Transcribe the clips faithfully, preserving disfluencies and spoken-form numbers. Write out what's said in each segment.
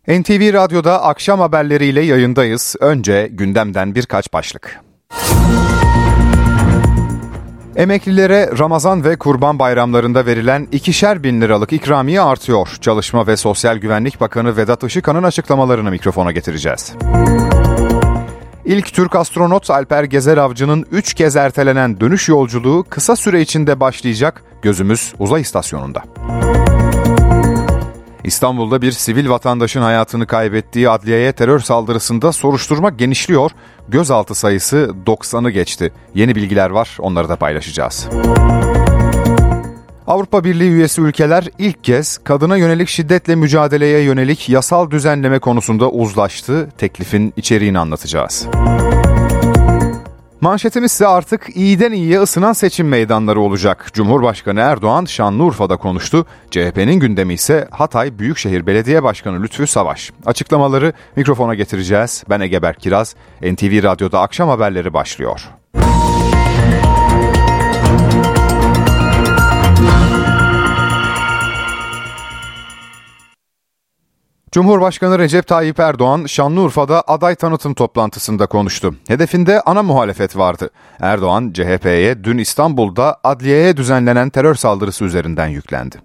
N T V Radyo'da akşam haberleriyle yayındayız. Önce gündemden birkaç başlık. Emeklilere Ramazan ve Kurban bayramlarında verilen ikişer bin liralık ikramiye artıyor. Çalışma ve Sosyal Güvenlik Bakanı Vedat Işıkhan'ın açıklamalarını mikrofona getireceğiz. İlk Türk astronot Alper Gezer Avcı'nın üç kez ertelenen dönüş yolculuğu kısa süre içinde başlayacak. Gözümüz uzay istasyonunda. İstanbul'da bir sivil vatandaşın hayatını kaybettiği adliyeye terör saldırısında soruşturma genişliyor. Gözaltı sayısı doksanı geçti. Yeni bilgiler var, onları da paylaşacağız. Avrupa Birliği üyesi ülkeler ilk kez kadına yönelik şiddetle mücadeleye yönelik yasal düzenleme konusunda uzlaştı. Teklifin içeriğini anlatacağız. Manşetimiz ise artık iyiden iyiye ısınan seçim meydanları olacak. Cumhurbaşkanı Erdoğan Şanlıurfa'da konuştu. C H P'nin gündemi ise Hatay Büyükşehir Belediye Başkanı Lütfü Savaş. Açıklamaları mikrofona getireceğiz. Ben Ege Berk Kiraz. N T V Radyo'da akşam haberleri başlıyor. Cumhurbaşkanı Recep Tayyip Erdoğan, Şanlıurfa'da aday tanıtım toplantısında konuştu. Hedefinde ana muhalefet vardı. Erdoğan, C H P'ye dün İstanbul'da adliyeye düzenlenen terör saldırısı üzerinden yüklendi.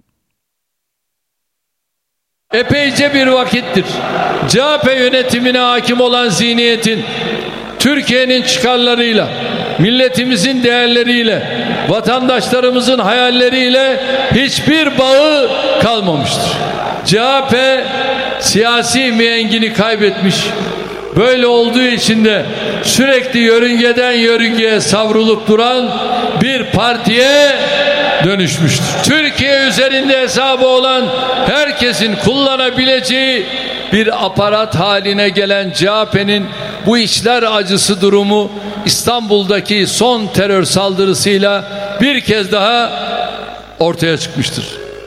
Epeyce bir vakittir C H P yönetimine hakim olan zihniyetin, Türkiye'nin çıkarlarıyla, milletimizin değerleriyle, vatandaşlarımızın hayalleriyle hiçbir bağı kalmamıştır. C H P siyasi mihengini kaybetmiş. Böyle olduğu için de sürekli yörüngeden yörüngeye savrulup duran bir partiye dönüşmüştür. Türkiye üzerinde hesabı olan herkesin kullanabileceği bir aparat haline gelen C H P'nin bu içler acısı durumu İstanbul'daki son terör saldırısıyla bir kez daha ortaya çıkmıştır.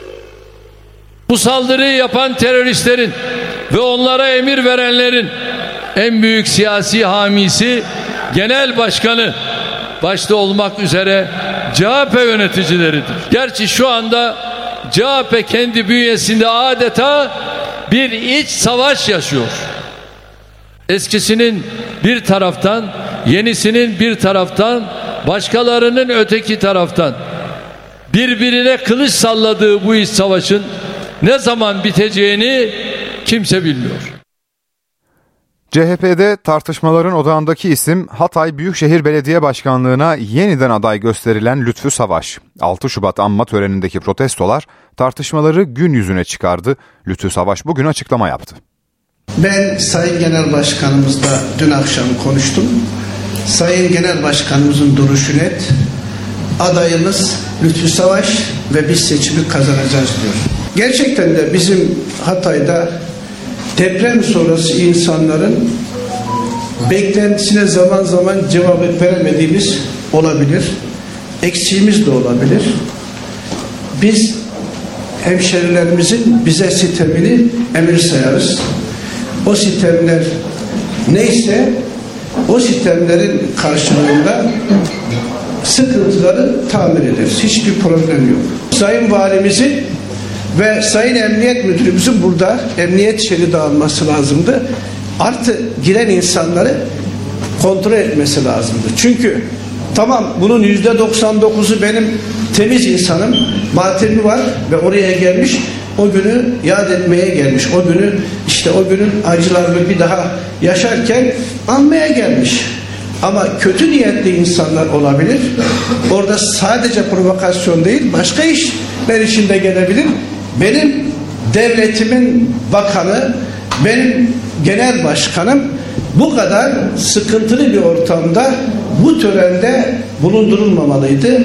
Bu saldırıyı yapan teröristlerin ve onlara emir verenlerin en büyük siyasi hamisi genel başkanı başta olmak üzere C H P yöneticileridir. Gerçi şu anda C H P kendi bünyesinde adeta bir iç savaş yaşıyor. Eskisinin bir taraftan, yenisinin bir taraftan, başkalarının öteki taraftan birbirine kılıç salladığı bu iç savaşın ne zaman biteceğini kimse bilmiyor. C H P'de tartışmaların odağındaki isim Hatay Büyükşehir Belediye Başkanlığı'na yeniden aday gösterilen Lütfü Savaş. altı Şubat anma törenindeki protestolar tartışmaları gün yüzüne çıkardı. Lütfü Savaş bugün açıklama yaptı. Ben Sayın Genel Başkanımızla dün akşam konuştum. Sayın Genel Başkanımızın duruşu net. Adayımız Lütfü Savaş ve biz seçimi kazanacağız diyor. Gerçekten de bizim Hatay'da deprem sonrası insanların beklentisine zaman zaman cevap veremediğimiz olabilir. Eksiğimiz de olabilir. Biz hemşerilerimizin bize sitemini emir sayarız. O sitemler neyse o sitemlerin karşılığında sıkıntıları tamir ederiz. Hiçbir problem yok. Sayın Valimizin ve Sayın Emniyet Müdürümüzün burada emniyet şeridi alması lazımdı. Artı giren insanları kontrol etmesi lazımdı. Çünkü tamam bunun yüzde doksan dokuzu benim temiz insanım, matemi var ve oraya gelmiş, o günü yad etmeye gelmiş. O günü işte o günün acılarını bir daha yaşarken anmaya gelmiş. Ama kötü niyetli insanlar olabilir. Orada sadece provokasyon değil, başka işler içinde gelebilir. Benim devletimin bakanı, benim genel başkanım bu kadar sıkıntılı bir ortamda bu törende bulundurulmamalıydı.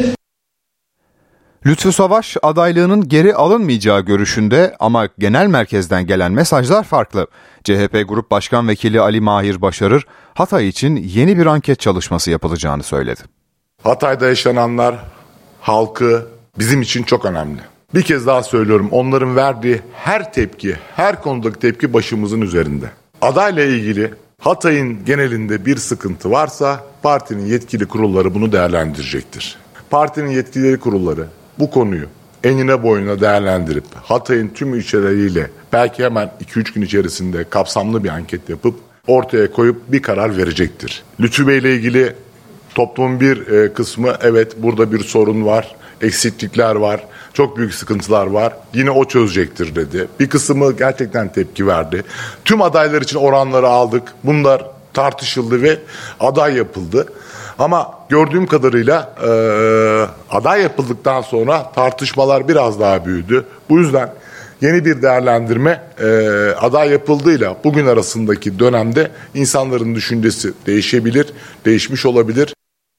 Lütfü Savaş adaylığının geri alınmayacağı görüşünde ama genel merkezden gelen mesajlar farklı. C H P Grup Başkan Vekili Ali Mahir Başarır, Hatay için yeni bir anket çalışması yapılacağını söyledi. Hatay'da yaşananlar, halkı bizim için çok önemli. Bir kez daha söylüyorum, onların verdiği her tepki, her konudaki tepki başımızın üzerinde. Adayla ilgili Hatay'ın genelinde bir sıkıntı varsa partinin yetkili kurulları bunu değerlendirecektir. Partinin yetkili kurulları bu konuyu enine boyuna değerlendirip Hatay'ın tüm ilçeleriyle belki hemen iki üç gün içerisinde kapsamlı bir anket yapıp ortaya koyup bir karar verecektir. Lütfü Bey ile ilgili toplumun bir kısmı evet burada bir sorun var, eksiklikler var, çok büyük sıkıntılar var. Yine o çözecektir dedi. Bir kısmı gerçekten tepki verdi. Tüm adaylar için oranları aldık. Bunlar tartışıldı ve aday yapıldı. Ama gördüğüm kadarıyla e, aday yapıldıktan sonra tartışmalar biraz daha büyüdü. Bu yüzden yeni bir değerlendirme e, aday yapıldığıyla bugün arasındaki dönemde insanların düşüncesi değişebilir, değişmiş olabilir.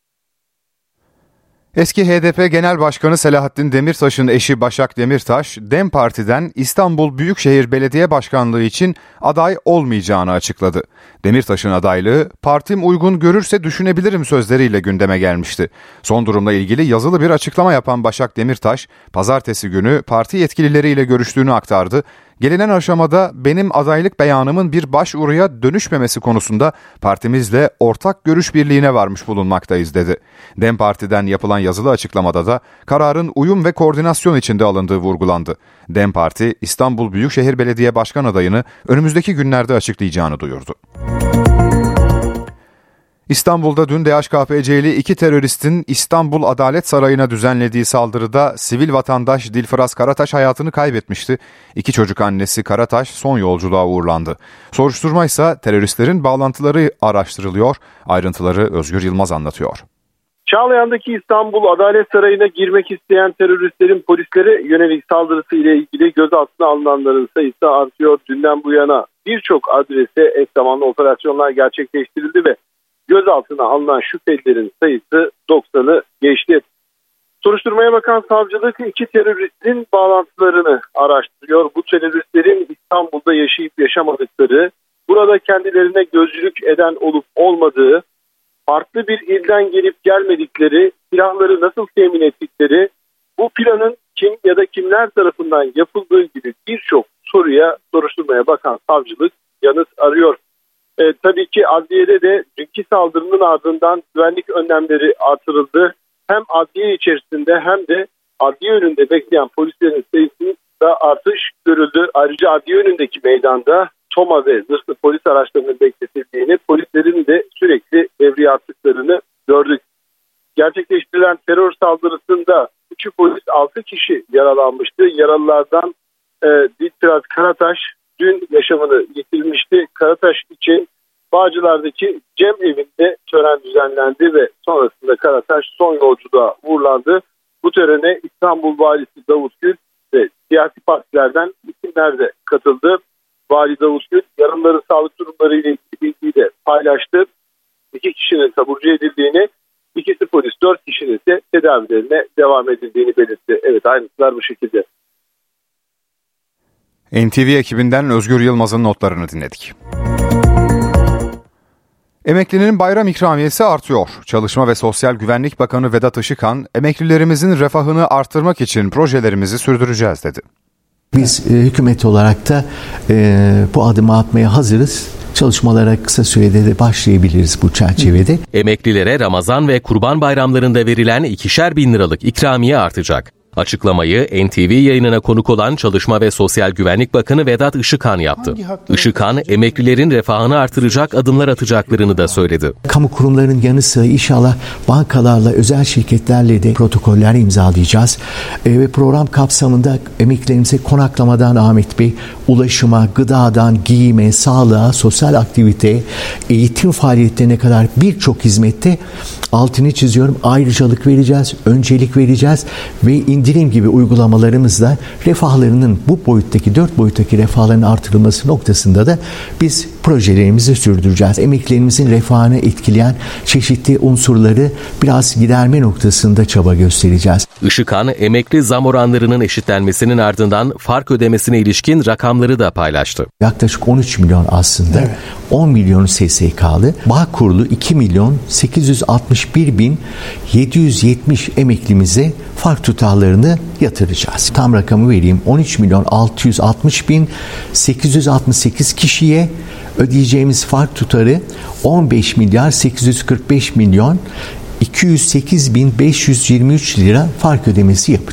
Eski H D P Genel Başkanı Selahattin Demirtaş'ın eşi Başak Demirtaş, DEM Parti'den İstanbul Büyükşehir Belediye Başkanlığı için aday olmayacağını açıkladı. Demirtaş'ın adaylığı, "Partim uygun görürse düşünebilirim" sözleriyle gündeme gelmişti. Son durumla ilgili yazılı bir açıklama yapan Başak Demirtaş, pazartesi günü parti yetkilileriyle görüştüğünü aktardı. Gelinen aşamada benim adaylık beyanımın bir başvuruya dönüşmemesi konusunda partimizle ortak görüş birliğine varmış bulunmaktayız dedi. DEM Parti'den yapılan yazılı açıklamada da kararın uyum ve koordinasyon içinde alındığı vurgulandı. DEM Parti, İstanbul Büyükşehir Belediye Başkan adayını önümüzdeki günlerde açıklayacağını duyurdu. İstanbul'da dün D H K P C'li iki teröristin İstanbul Adalet Sarayı'na düzenlediği saldırıda sivil vatandaş Dilfıraz Karataş hayatını kaybetmişti. İki çocuk annesi Karataş son yolculuğa uğurlandı. Soruşturma ise teröristlerin bağlantıları araştırılıyor. Ayrıntıları Özgür Yılmaz anlatıyor. Çağlayan'daki İstanbul Adalet Sarayı'na girmek isteyen teröristlerin polislere yönelik saldırısı ile ilgili gözaltına alınanların sayısı artıyor. Dünden bu yana birçok adrese eş zamanlı operasyonlar gerçekleştirildi ve gözaltına alınan şüphelilerin sayısı doksanı geçti. Soruşturmaya bakan savcılık iki teröristin bağlantılarını araştırıyor. Bu teröristlerin İstanbul'da yaşayıp yaşamadıkları, burada kendilerine gözcülük eden olup olmadığı, farklı bir ilden gelip gelmedikleri, silahları nasıl temin ettikleri, bu planın kim ya da kimler tarafından yapıldığı gibi birçok soruya soruşturmaya bakan savcılık yanıt arıyor. E, tabii ki adliyede de dünkü saldırının ardından güvenlik önlemleri artırıldı. Hem adliye içerisinde hem de adliye önünde bekleyen polislerin sayısında artış görüldü. Ayrıca adliye önündeki meydanda TOMA ve zırhlı polis araçlarının bekletildiğini, polislerin de sürekli devriye attıklarını gördük. Gerçekleştirilen terör saldırısında üçü polis, altı kişi yaralanmıştı. Yaralılardan e, Dilfıraz Karataş dün yaşamını yitirmişti. Karataş için Bağcılar'daki Cem evinde tören düzenlendi ve sonrasında Karataş son yolculuğa uğurlandı. Bu törene İstanbul Valisi Davut Gül ve siyasi partilerden isimler de katıldı. Vali Davut Gül yaralıların sağlık durumları ile ilgili bilgiyi de paylaştı. İki kişinin taburcu edildiğini, ikisi polis, dört kişinin ise tedavilerine devam edildiğini belirtti. Evet, ayrıntılar bu şekilde. N T V ekibinden Özgür Yılmaz'ın notlarını dinledik. Emeklinin bayram ikramiyesi artıyor. Çalışma ve Sosyal Güvenlik Bakanı Vedat Işıkhan, emeklilerimizin refahını artırmak için projelerimizi sürdüreceğiz dedi. Biz e, hükümet olarak da e, bu adımı atmaya hazırız. Çalışmalara kısa sürede de başlayabiliriz bu çerçevede. Emeklilere Ramazan ve Kurban bayramlarında verilen ikişer bin liralık ikramiye artacak. Açıklamayı N T V yayınına konuk olan Çalışma ve Sosyal Güvenlik Bakanı Vedat Işıkhan yaptı. Işıkhan, emeklilerin refahını artıracak adımlar atacaklarını da söyledi. Kamu kurumlarının yanı sıra inşallah bankalarla, özel şirketlerle de protokoller imzalayacağız. E, ve program kapsamında emeklilerimize konaklamadan Ahmet Bey, ulaşıma, gıdadan, giyime, sağlığa, sosyal aktiviteye, eğitim faaliyetlerine kadar birçok hizmette altını çiziyorum, ayrıcalık vereceğiz, öncelik vereceğiz ve indirim gibi uygulamalarımızla refahlarının bu boyuttaki, dört boyuttaki refahların artırılması noktasında da biz projelerimizi sürdüreceğiz. Emeklilerimizin refahını etkileyen çeşitli unsurları biraz giderme noktasında çaba göstereceğiz. Işıkhan, emekli zam oranlarının eşitlenmesinin ardından fark ödemesine ilişkin rakamları da paylaştı. Yaklaşık on üç milyon aslında, evet. on milyon S S K'lı, Bağkurlu iki milyon sekiz yüz altmış bir bin yedi yüz yetmiş emeklimize fark tutarlarını yatıracağız. Tam rakamı vereyim. on üç milyon altı yüz altmış bin sekiz yüz altmış sekiz kişiye ödeyeceğimiz fark tutarı on beş milyar sekiz yüz kırk beş milyon iki yüz sekiz bin beş yüz yirmi üç lira fark ödemesi yapacağız.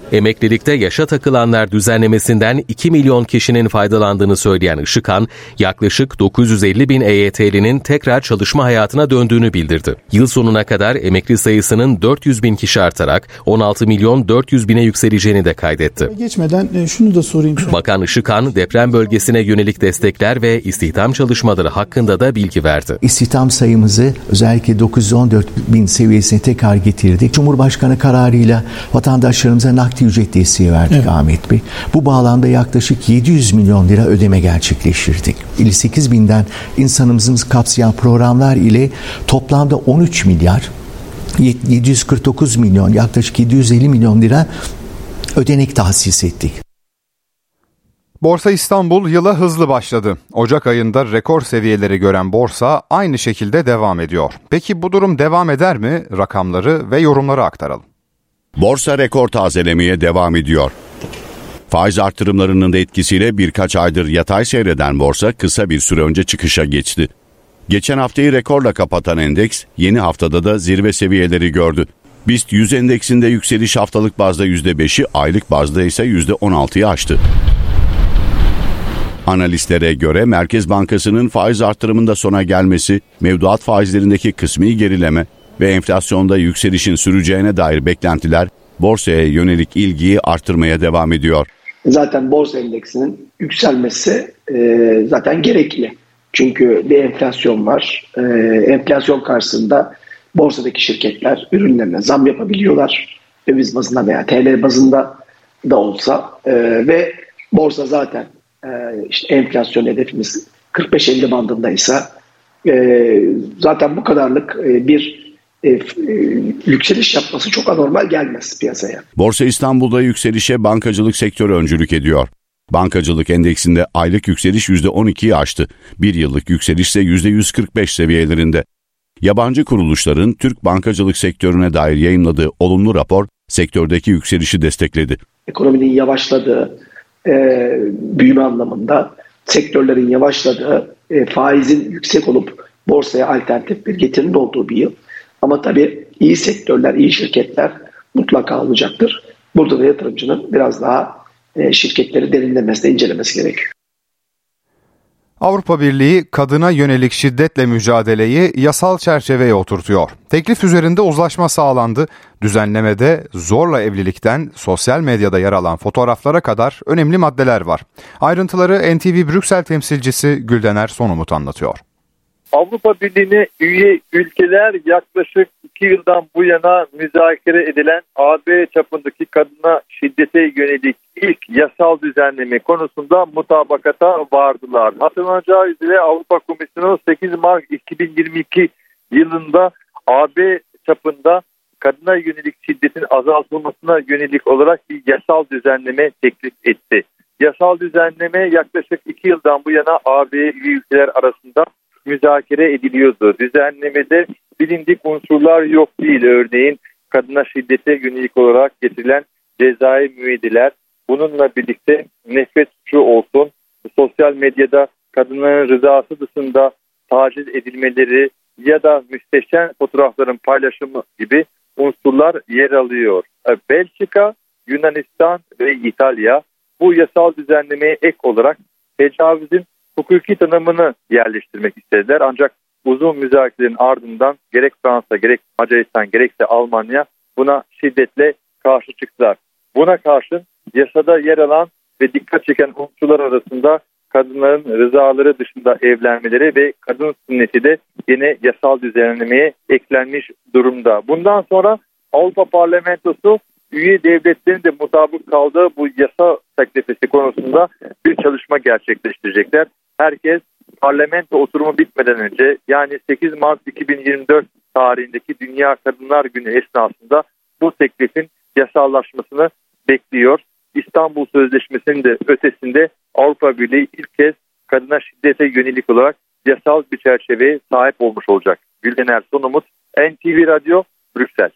Emeklilikte yaşa takılanlar düzenlemesinden iki milyon kişinin faydalandığını söyleyen Işıkhan, yaklaşık dokuz yüz elli bin E Y T'linin tekrar çalışma hayatına döndüğünü bildirdi. Yıl sonuna kadar emekli sayısının dört yüz bin kişi artarak on altı milyon dört yüz bine yükseleceğini de kaydetti. Geçmeden şunu da sorayım. Bakan Işıkhan, deprem bölgesine yönelik destekler ve istihdam çalışmaları hakkında da bilgi verdi. İstihdam sayımızı özellikle dokuz yüz on dört bin seviyesine tekrar getirdik. Cumhurbaşkanı kararıyla vatandaşlarımıza nakdi ücret desteği verdik, evet. Ahmet Bey. Bu bağlamda yaklaşık yedi yüz milyon lira ödeme gerçekleştirdik. elli sekiz binden insanımızı kapsayan programlar ile toplamda on üç milyar yedi yüz kırk dokuz milyon, yaklaşık yedi yüz elli milyon lira ödenek tahsis ettik. Borsa İstanbul yıla hızlı başladı. Ocak ayında rekor seviyeleri gören borsa aynı şekilde devam ediyor. Peki bu durum devam eder mi? Rakamları ve yorumları aktaralım. Borsa rekor tazelemeye devam ediyor. Faiz artırımlarının da etkisiyle birkaç aydır yatay seyreden borsa kısa bir süre önce çıkışa geçti. Geçen haftayı rekorla kapatan endeks yeni haftada da zirve seviyeleri gördü. BIST yüz endeksinde yükseliş haftalık bazda yüzde beşi, aylık bazda ise yüzde on altıyı aştı. Analistlere göre Merkez Bankası'nın faiz artırımında sona gelmesi, mevduat faizlerindeki kısmi gerileme ve enflasyonda yükselişin süreceğine dair beklentiler borsaya yönelik ilgiyi artırmaya devam ediyor. Zaten borsa endeksinin yükselmesi e, zaten gerekli. Çünkü bir enflasyon var. E, enflasyon karşısında borsadaki şirketler ürünlerine zam yapabiliyorlar. Döviz bazında veya T L bazında da olsa. E, ve borsa zaten e, işte enflasyon hedefimiz kırk beş elli bandındaysa e, zaten bu kadarlık e, bir e, e, yükseliş yapması çok anormal gelmez piyasaya. Borsa İstanbul'da yükselişe bankacılık sektörü öncülük ediyor. Bankacılık endeksinde aylık yükseliş yüzde on ikiyi aştı. Bir yıllık yükseliş ise yüzde yüz kırk beş seviyelerinde. Yabancı kuruluşların Türk bankacılık sektörüne dair yayımladığı olumlu rapor sektördeki yükselişi destekledi. Ekonominin yavaşladığı, e, büyüme anlamında sektörlerin yavaşladığı, e, faizin yüksek olup borsaya alternatif bir getirinin olduğu bir yıl. Ama tabii iyi sektörler, iyi şirketler mutlaka olacaktır. Burada da yatırımcının biraz daha e, şirketleri derinlemesine incelemesi gerekiyor. Avrupa Birliği kadına yönelik şiddetle mücadeleyi yasal çerçeveye oturtuyor. Teklif üzerinde uzlaşma sağlandı. Düzenlemede zorla evlilikten sosyal medyada yer alan fotoğraflara kadar önemli maddeler var. Ayrıntıları N T V Brüksel temsilcisi Güldener Sonumut anlatıyor. Avrupa Birliği'ne üye ülkeler yaklaşık iki yıldan bu yana müzakere edilen A B çapındaki kadına şiddete yönelik ilk yasal düzenleme konusunda mutabakata vardılar. Hatırlanacağı üzere Avrupa Komisyonu sekiz Mart iki bin yirmi iki yılında A B çapında kadına yönelik şiddetin azaltılmasına yönelik olarak bir yasal düzenleme teklif etti. Yasal düzenleme yaklaşık iki yıldan bu yana A B üye ülkeler arasında müzakere ediliyordu. Düzenlemede bilindik unsurlar yok değil. Örneğin kadına şiddete yönelik olarak getirilen cezai müeyyideler, bununla birlikte nefret suçu olsun, sosyal medyada kadınların rızası dışında taciz edilmeleri ya da müstehcen fotoğrafların paylaşımı gibi unsurlar yer alıyor. Belçika, Yunanistan ve İtalya bu yasal düzenlemeye ek olarak tecavüzün hukuki tanımını yerleştirmek istediler. Ancak uzun müzakerelerin ardından gerek Fransa, gerek Macaristan, gerekse Almanya buna şiddetle karşı çıktılar. Buna karşın yasada yer alan ve dikkat çeken unsurlar arasında kadınların rızaları dışında evlenmeleri ve kadın sünneti de yine yasal düzenlemeye eklenmiş durumda. Bundan sonra Avrupa Parlamentosu üye devletlerin de mutabık kaldığı bu yasa teklifesi konusunda bir çalışma gerçekleştirecekler. Herkes parlamento oturumu bitmeden önce, yani sekiz Mart iki bin yirmi dört tarihindeki Dünya Kadınlar Günü esnasında bu teklifin yasallaşmasını bekliyor. İstanbul Sözleşmesi'nin de ötesinde Avrupa Birliği ilk kez kadına şiddete yönelik olarak yasal bir çerçeveye sahip olmuş olacak. Güldener Sonumut, N T V Radyo, Brüksel.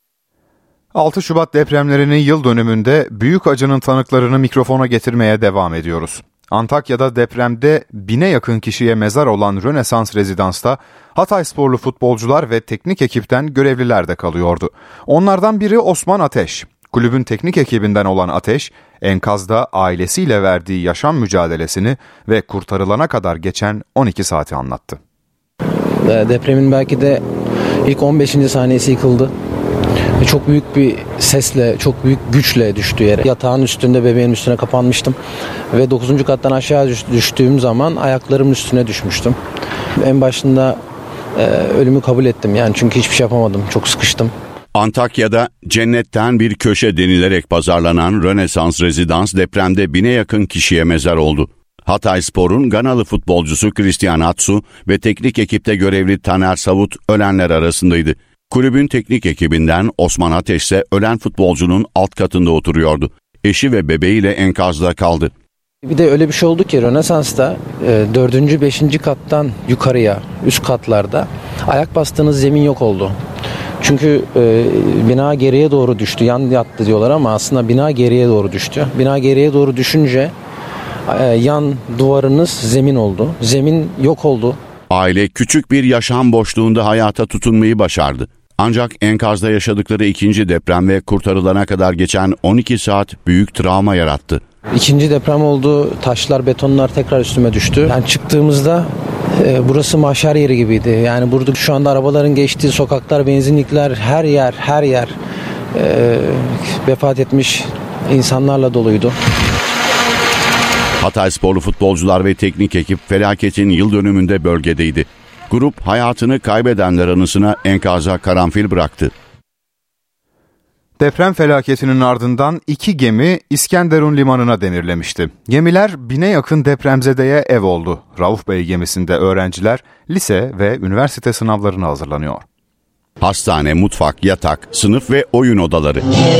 altı Şubat depremlerinin yıl dönümünde büyük acının tanıklarını mikrofona getirmeye devam ediyoruz. Antakya'da depremde bine yakın kişiye mezar olan Rönesans Rezidans'ta Hataysporlu futbolcular ve teknik ekipten görevliler de kalıyordu. Onlardan biri Osman Ateş. Kulübün teknik ekibinden olan Ateş, enkazda ailesiyle verdiği yaşam mücadelesini ve kurtarılana kadar geçen on iki saati anlattı. Depremin belki de ilk on beşinci saniyesi yıkıldı. Çok büyük bir sesle, çok büyük güçle düştü yere. Yatağın üstünde, bebeğin üstüne kapanmıştım. Ve dokuzuncu kattan aşağı düştüğüm zaman ayaklarımın üstüne düşmüştüm. En başında e, ölümü kabul ettim. Yani çünkü hiçbir şey yapamadım. Çok sıkıştım. Antakya'da cennetten bir köşe denilerek pazarlanan Rönesans Rezidans depremde bine yakın kişiye mezar oldu. Hatayspor'un Ganalı futbolcusu Christian Atsu ve teknik ekipte görevli Taner Savut ölenler arasındaydı. Kulübün teknik ekibinden Osman Ateş ise ölen futbolcunun alt katında oturuyordu. Eşi ve bebeğiyle enkazda kaldı. Bir de öyle bir şey oldu ki Rönesans'ta dördüncü beşinci kattan yukarıya, üst katlarda ayak bastığınız zemin yok oldu. Çünkü e, bina geriye doğru düştü. Yan yattı diyorlar ama aslında bina geriye doğru düştü. Bina geriye doğru düşünce e, yan duvarınız zemin oldu. Zemin yok oldu. Aile küçük bir yaşam boşluğunda hayata tutunmayı başardı. Ancak enkazda yaşadıkları ikinci deprem ve kurtarılana kadar geçen on iki saat büyük travma yarattı. İkinci deprem oldu. Taşlar, betonlar tekrar üstüme düştü. Yani çıktığımızda e, burası mahşer yeri gibiydi. Yani burada şu anda arabaların geçtiği sokaklar, benzinlikler, her yer, her yer e, vefat etmiş insanlarla doluydu. Hataysporlu futbolcular ve teknik ekip felaketin yıl dönümünde bölgedeydi. Grup hayatını kaybedenler anısına enkaza karanfil bıraktı. Deprem felaketinin ardından iki gemi İskenderun limanına demirlemişti. Gemiler bine yakın depremzedeye ev oldu. Rauf Bey gemisinde öğrenciler lise ve üniversite sınavlarına hazırlanıyor. Hastane, mutfak, yatak, sınıf ve oyun odaları.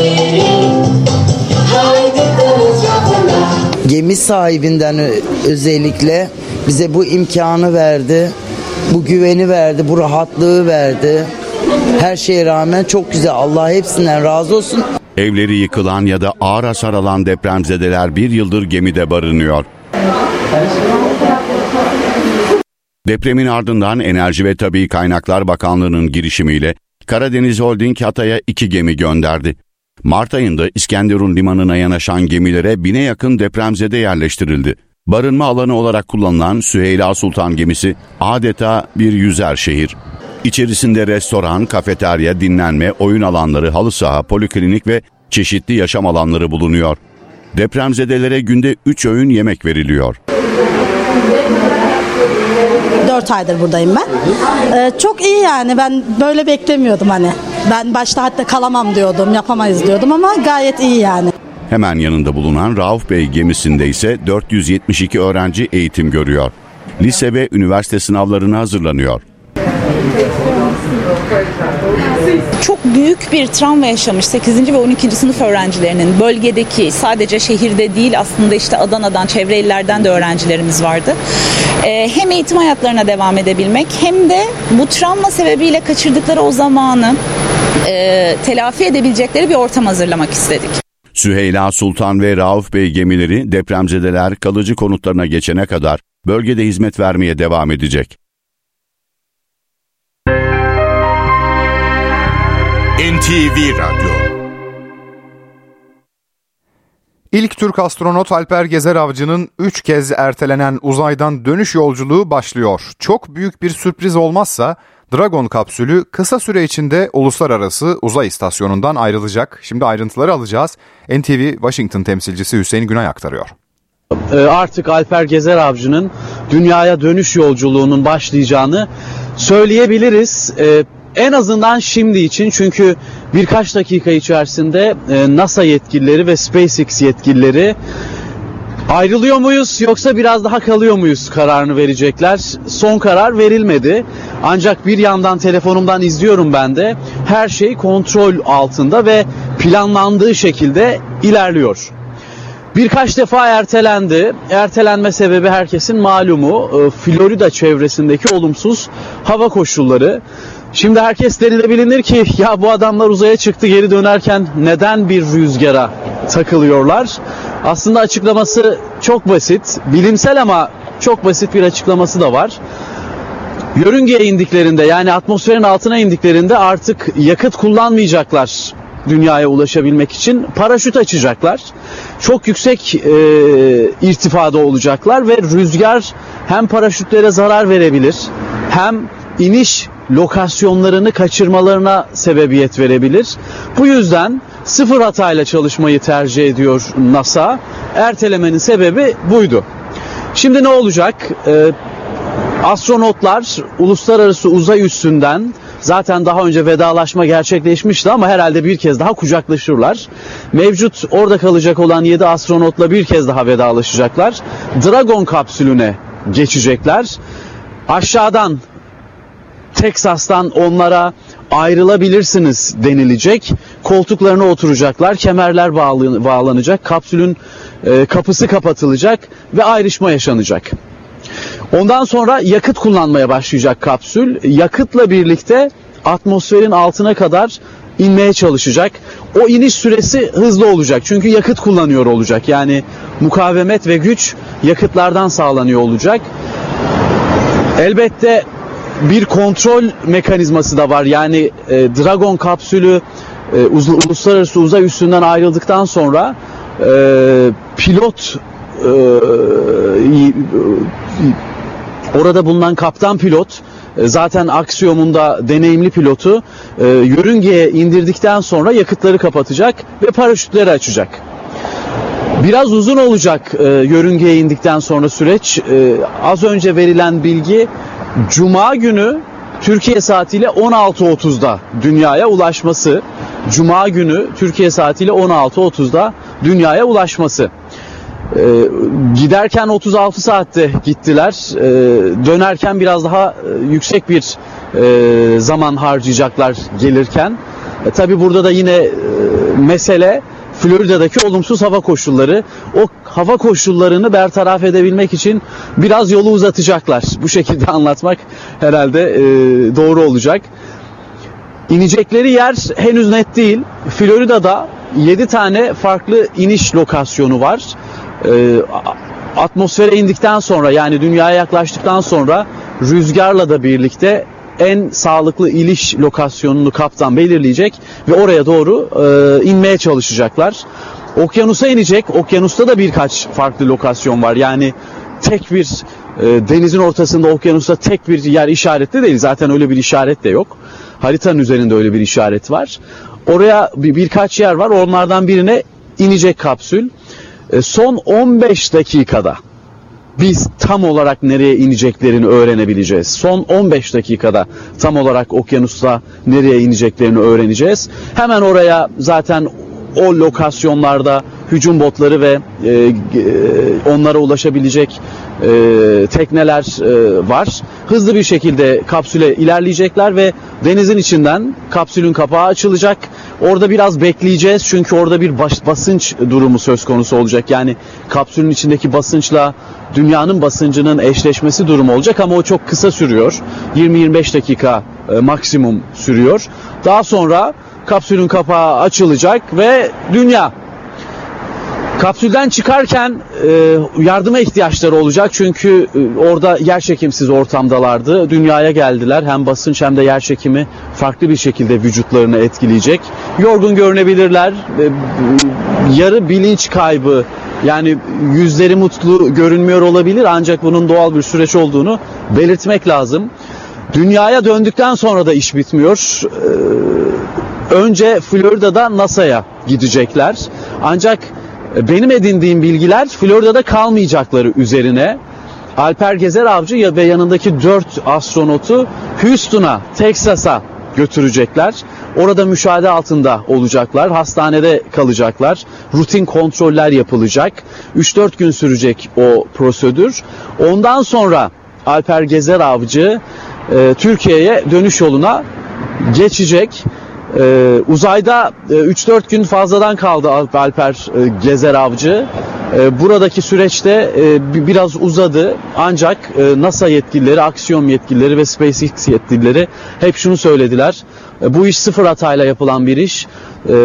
Gemi sahibinden özellikle bize bu imkanı verdi, bu güveni verdi, bu rahatlığı verdi. Her şeye rağmen çok güzel. Allah hepsinden razı olsun. Evleri yıkılan ya da ağır hasar alan depremzedeler bir yıldır gemide barınıyor. Depremin ardından Enerji ve Tabii Kaynaklar Bakanlığı'nın girişimiyle Karadeniz Holding Hatay'a iki gemi gönderdi. Mart ayında İskenderun limanına yanaşan gemilere bine yakın depremzede yerleştirildi. Barınma alanı olarak kullanılan Süheyla Sultan gemisi adeta bir yüzer şehir. İçerisinde restoran, kafeterya, dinlenme, oyun alanları, halı saha, poliklinik ve çeşitli yaşam alanları bulunuyor. Depremzedelere günde üç öğün yemek veriliyor. dört aydır buradayım ben. Ee, çok iyi yani, ben böyle beklemiyordum hani. Ben başta hatta kalamam diyordum, yapamayız diyordum ama gayet iyi yani. Hemen yanında bulunan Rauf Bey gemisinde ise dört yüz yetmiş iki öğrenci eğitim görüyor. Lise ve üniversite sınavlarına hazırlanıyor. Çok büyük bir travma yaşamış sekizinci ve on ikinci sınıf öğrencilerinin bölgedeki, sadece şehirde değil aslında işte Adana'dan, çevre illerden de öğrencilerimiz vardı. Ee, hem eğitim hayatlarına devam edebilmek hem de bu travma sebebiyle kaçırdıkları o zamanı e, telafi edebilecekleri bir ortam hazırlamak istedik. Süheyla Sultan ve Rauf Bey gemileri depremzedeler kalıcı konutlarına geçene kadar bölgede hizmet vermeye devam edecek. N T V Radyo. İlk Türk astronot Alper Gezer Avcı'nın üç kez ertelenen uzaydan dönüş yolculuğu başlıyor. Çok büyük bir sürpriz olmazsa Dragon kapsülü kısa süre içinde uluslararası uzay istasyonundan ayrılacak. Şimdi ayrıntıları alacağız. N T V Washington temsilcisi Hüseyin Günay aktarıyor. Artık Alper Gezer Avcı'nın dünyaya dönüş yolculuğunun başlayacağını söyleyebiliriz. En azından şimdi için, çünkü birkaç dakika içerisinde NASA yetkilileri ve SpaceX yetkilileri ayrılıyor muyuz yoksa biraz daha kalıyor muyuz kararını verecekler. Son karar verilmedi. Ancak bir yandan telefonumdan izliyorum ben de. Her şey kontrol altında ve planlandığı şekilde ilerliyor. Birkaç defa ertelendi. Ertelenme sebebi herkesin malumu. Florida çevresindeki olumsuz hava koşulları. Şimdi herkes denilebilir ki ya bu adamlar uzaya çıktı, geri dönerken neden bir rüzgara takılıyorlar? Aslında açıklaması çok basit. Bilimsel ama çok basit bir açıklaması da var. Yörüngeye indiklerinde, yani atmosferin altına indiklerinde artık yakıt kullanmayacaklar. dünyaya ulaşabilmek için paraşüt açacaklar. Çok yüksek e, irtifada olacaklar ve rüzgar hem paraşütlere zarar verebilir hem iniş lokasyonlarını kaçırmalarına sebebiyet verebilir. Bu yüzden sıfır hatayla çalışmayı tercih ediyor NASA. Ertelemenin sebebi buydu. Şimdi ne olacak? Ee, astronotlar uluslararası uzay üssünden zaten daha önce vedalaşma gerçekleşmişti ama herhalde bir kez daha kucaklaşırlar. Mevcut orada kalacak olan yedi astronotla bir kez daha vedalaşacaklar. Dragon kapsülüne geçecekler. Aşağıdan Teksas'tan onlara ayrılabilirsiniz denilecek. Koltuklarına oturacaklar, kemerler bağlı, bağlanacak, kapsülün e, kapısı kapatılacak ve ayrışma yaşanacak. Ondan sonra yakıt kullanmaya başlayacak kapsül. Yakıtla birlikte atmosferin altına kadar inmeye çalışacak. O iniş süresi hızlı olacak çünkü yakıt kullanıyor olacak. Yani mukavemet ve güç yakıtlardan sağlanıyor olacak. Elbette bir kontrol mekanizması da var. Yani e, Dragon kapsülü e, uz, uluslararası uzay üssünden ayrıldıktan sonra e, pilot e, orada bulunan kaptan pilot e, zaten Axiom'un da deneyimli pilotu e, yörüngeye indirdikten sonra yakıtları kapatacak ve paraşütleri açacak. Biraz uzun olacak e, yörüngeye indikten sonra süreç. E, az önce verilen bilgi Cuma günü Türkiye saatiyle on altı otuzda dünyaya ulaşması. Cuma günü Türkiye saatiyle on altı otuzda dünyaya ulaşması. Ee, giderken otuz altı saatte gittiler. Ee, dönerken biraz daha e, yüksek bir e, zaman harcayacaklar gelirken. E, tabii burada da yine e, mesele Florida'daki olumsuz hava koşulları. O hava koşullarını bertaraf edebilmek için biraz yolu uzatacaklar. Bu şekilde anlatmak herhalde e, doğru olacak. İnecekleri yer henüz net değil. Florida'da yedi tane farklı iniş lokasyonu var. E, atmosfere indikten sonra yani dünyaya yaklaştıktan sonra rüzgarla da birlikte en sağlıklı iniş lokasyonunu kaptan belirleyecek ve oraya doğru e, inmeye çalışacaklar. Okyanusa inecek. Okyanusta da birkaç farklı lokasyon var. Yani tek bir e, denizin ortasında okyanusta tek bir yer işaretli değil. Zaten öyle bir işaret de yok. Haritanın üzerinde öyle bir işaret var. Oraya bir, birkaç yer var. Onlardan birine inecek kapsül. E, son on beş dakikada biz tam olarak nereye ineceklerini öğrenebileceğiz. Son on beş dakikada tam olarak okyanusta nereye ineceklerini öğreneceğiz. Hemen oraya zaten o lokasyonlarda hücum botları ve e, e, onlara ulaşabilecek e, tekneler e, var. Hızlı bir şekilde kapsüle ilerleyecekler ve denizin içinden kapsülün kapağı açılacak. Orada biraz bekleyeceğiz çünkü orada bir bas, basınç durumu söz konusu olacak. Yani kapsülün içindeki basınçla dünyanın basıncının eşleşmesi durumu olacak ama o çok kısa sürüyor. yirmi yirmi beş dakika e, maksimum sürüyor. Daha sonra kapsülün kapağı açılacak ve dünya. Kapsülden çıkarken e, yardıma ihtiyaçları olacak çünkü e, orada yerçekimsiz ortamdalardı. Dünyaya geldiler. Hem basınç hem de yerçekimi farklı bir şekilde vücutlarını etkileyecek. Yorgun görünebilirler. E, yarı bilinç kaybı yani yüzleri mutlu görünmüyor olabilir ancak bunun doğal bir süreç olduğunu belirtmek lazım. Dünyaya döndükten sonra da iş bitmiyor. Ee, önce Florida'da NASA'ya gidecekler. Ancak benim edindiğim bilgiler Florida'da kalmayacakları üzerine. Alper Gezer Avcı ve yanındaki dört astronotu Houston'a, Texas'a götürecekler. Orada müşahede altında olacaklar. Hastanede kalacaklar. Rutin kontroller yapılacak. üç dört gün sürecek o prosedür. Ondan sonra Alper Gezer Avcı e, Türkiye'ye dönüş yoluna geçecek. Ee, uzayda e, üç dört gün fazladan kaldı Alper e, Gezer Avcı. E, buradaki süreçte e, biraz uzadı ancak e, NASA yetkilileri, Axiom yetkilileri ve SpaceX yetkilileri hep şunu söylediler. E, bu iş sıfır hatayla yapılan bir iş. E,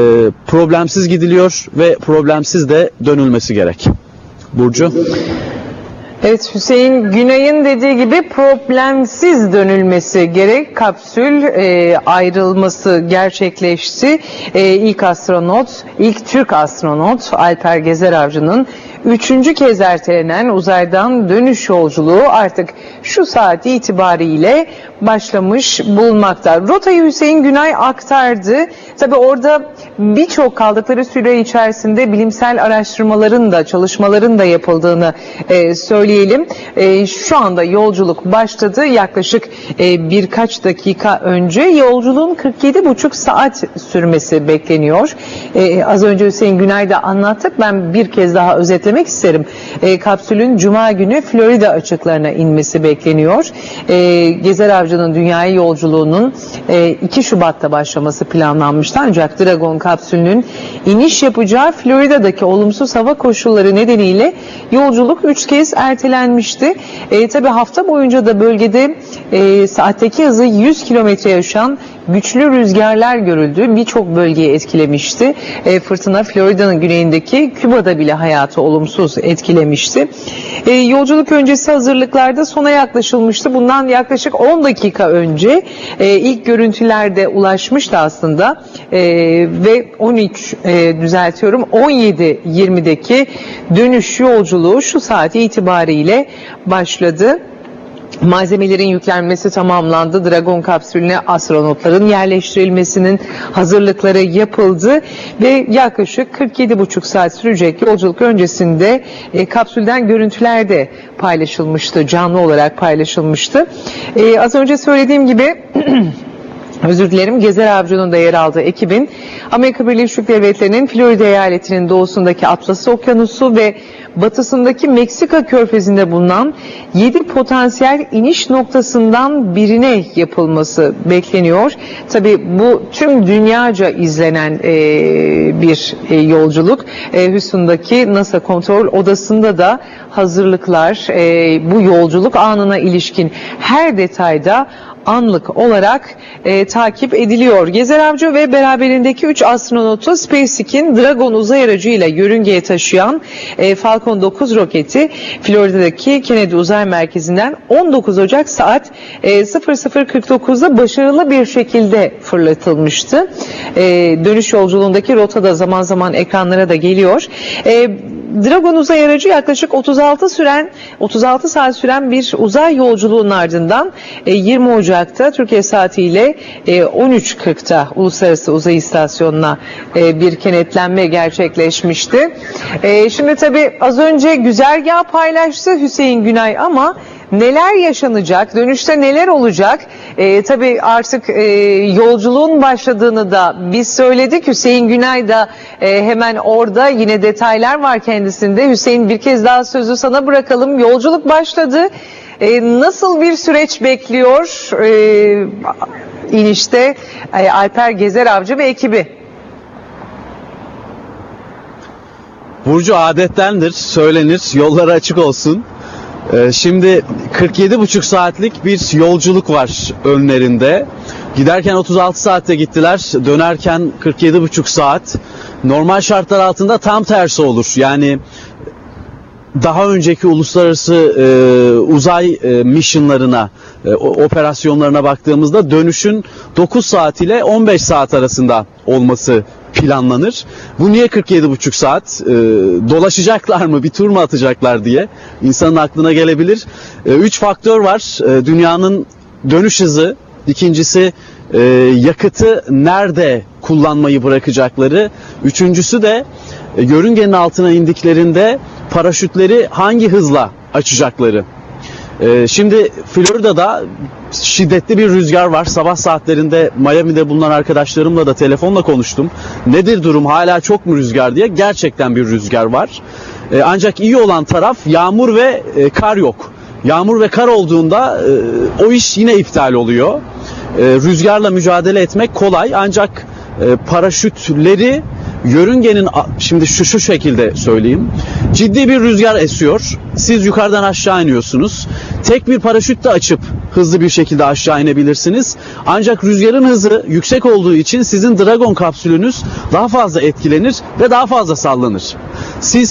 problemsiz gidiliyor ve problemsiz de dönülmesi gerek. Burcu? Evet, Hüseyin Günay'ın dediği gibi problemsiz dönülmesi gerek. Kapsül e, ayrılması gerçekleşti. E, ilk astronot, ilk Türk astronot Alper Gezer Avcı'nın üçüncü kez ertelenen uzaydan dönüş yolculuğu artık şu saat itibariyle başlamış bulunmakta. Rotayı Hüseyin Günay aktardı. Tabii orada birçok kaldıkları süre içerisinde bilimsel araştırmaların da çalışmaların da yapıldığını e, söyleyelim. E, şu anda yolculuk başladı. Yaklaşık e, birkaç dakika önce yolculuğun kırk yedi buçuk saat sürmesi bekleniyor. E, az önce Hüseyin Günay da anlattık. Ben bir kez daha özetlemek isterim. E, kapsülün Cuma günü Florida açıklarına inmesi bekleniyor. E, Gezer Avcı'nın dünyaya yolculuğunun e, iki Şubat'ta başlaması planlanmıştı. Ancak Dragon kapsülünün iniş yapacağı Florida'daki olumsuz hava koşulları nedeniyle yolculuk üç kez ertelenmişti. E, tabii hafta boyunca da bölgede e, saatteki hızı yüz kilometreye aşan güçlü rüzgarlar görüldü. Birçok bölgeyi etkilemişti. E, fırtına Florida'nın güneyindeki Küba'da bile hayatı olumsuz etkilemişti. E, yolculuk öncesi hazırlıklarda sona yaklaşılmıştı. Bundan yaklaşık on dakika önce e, ilk görüntülerde ulaşmıştı aslında. E, ve on üç e, düzeltiyorum on yedi yirmideki dönüş yolculuğu şu saat itibariyle başladı. Malzemelerin yüklenmesi tamamlandı. Dragon kapsülüne astronotların yerleştirilmesinin hazırlıkları yapıldı ve yaklaşık kırk yedi buçuk saat sürecek yolculuk öncesinde e, kapsülden görüntüler de paylaşılmıştı. Canlı olarak paylaşılmıştı. E, az önce söylediğim gibi özür dilerim, Gezer Avcı'nın da yer aldığı ekibin Amerika Birleşik Devletleri'nin Florida eyaletinin doğusundaki Atlas Okyanusu ve batısındaki Meksika Körfezi'nde bulunan yedi potansiyel iniş noktasından birine yapılması bekleniyor. Tabii bu tüm dünyaca izlenen e, bir e, yolculuk. E, Houston'daki NASA kontrol odasında da hazırlıklar e, bu yolculuk anına ilişkin her detayda anlık olarak e, takip ediliyor. Gezer Avcı ve beraberindeki üç astronotu SpaceX'in Dragon uzay aracıyla yörüngeye taşıyan e, Falcon dokuz roketi Florida'daki Kennedy Uzay Merkezi'nden on dokuz Ocak saat e, sıfır sıfır kırk dokuzda başarılı bir şekilde fırlatılmıştı. E, dönüş yolculuğundaki rota da zaman zaman ekranlara da geliyor. E, Dragon uzay aracı yaklaşık otuz altı süren otuz altı saat süren bir uzay yolculuğunun ardından yirmi Ocak'ta Türkiye saatiyle on üç kırkta Uluslararası Uzay İstasyonu'na bir kenetlenme gerçekleşmişti. Şimdi tabii az önce güzergah paylaştı Hüseyin Günay ama neler yaşanacak, dönüşte neler olacak? Ee, tabii artık e, yolculuğun başladığını da biz söyledik. Hüseyin Günay da e, hemen orada, yine detaylar var kendisinde. Hüseyin, bir kez daha sözü sana bırakalım. Yolculuk başladı. E, nasıl bir süreç bekliyor e, inişte e, Alper Gezer Avcı ve ekibi? Burcu, adettendir, söylenir, yolları açık olsun. Şimdi kırk yedi buçuk saatlik bir yolculuk var önlerinde. Giderken otuz altı saatte gittiler, dönerken kırk yedi buçuk saat. Normal şartlar altında tam tersi olur. Yani daha önceki uluslararası e, uzay e, misyonlarına, e, operasyonlarına baktığımızda dönüşün dokuz saat ile on beş saat arasında olması planlanır. Bu niye kırk yedi buçuk saat? E, dolaşacaklar mı, bir tur mu atacaklar diye insanın aklına gelebilir. E, üç faktör var. E, dünyanın dönüş hızı, ikincisi e, yakıtı nerede kullanmayı bırakacakları, üçüncüsü de e, yörüngenin altına indiklerinde paraşütleri hangi hızla açacakları. Ee, şimdi Florida'da şiddetli bir rüzgar var. Sabah saatlerinde Miami'de bulunan arkadaşlarımla da telefonla konuştum. Nedir durum? Hala çok mu rüzgar diye. Gerçekten bir rüzgar var. Ee, ancak iyi olan taraf yağmur ve e, kar yok. Yağmur ve kar olduğunda e, o iş yine iptal oluyor. E, rüzgarla mücadele etmek kolay, ancak e, paraşütleri yörüngenin, şimdi şu şu şekilde söyleyeyim. Ciddi bir rüzgar esiyor. Siz yukarıdan aşağı iniyorsunuz. Tek bir paraşüt de açıp hızlı bir şekilde aşağı inebilirsiniz. Ancak rüzgarın hızı yüksek olduğu için sizin Dragon kapsülünüz daha fazla etkilenir ve daha fazla sallanır. Siz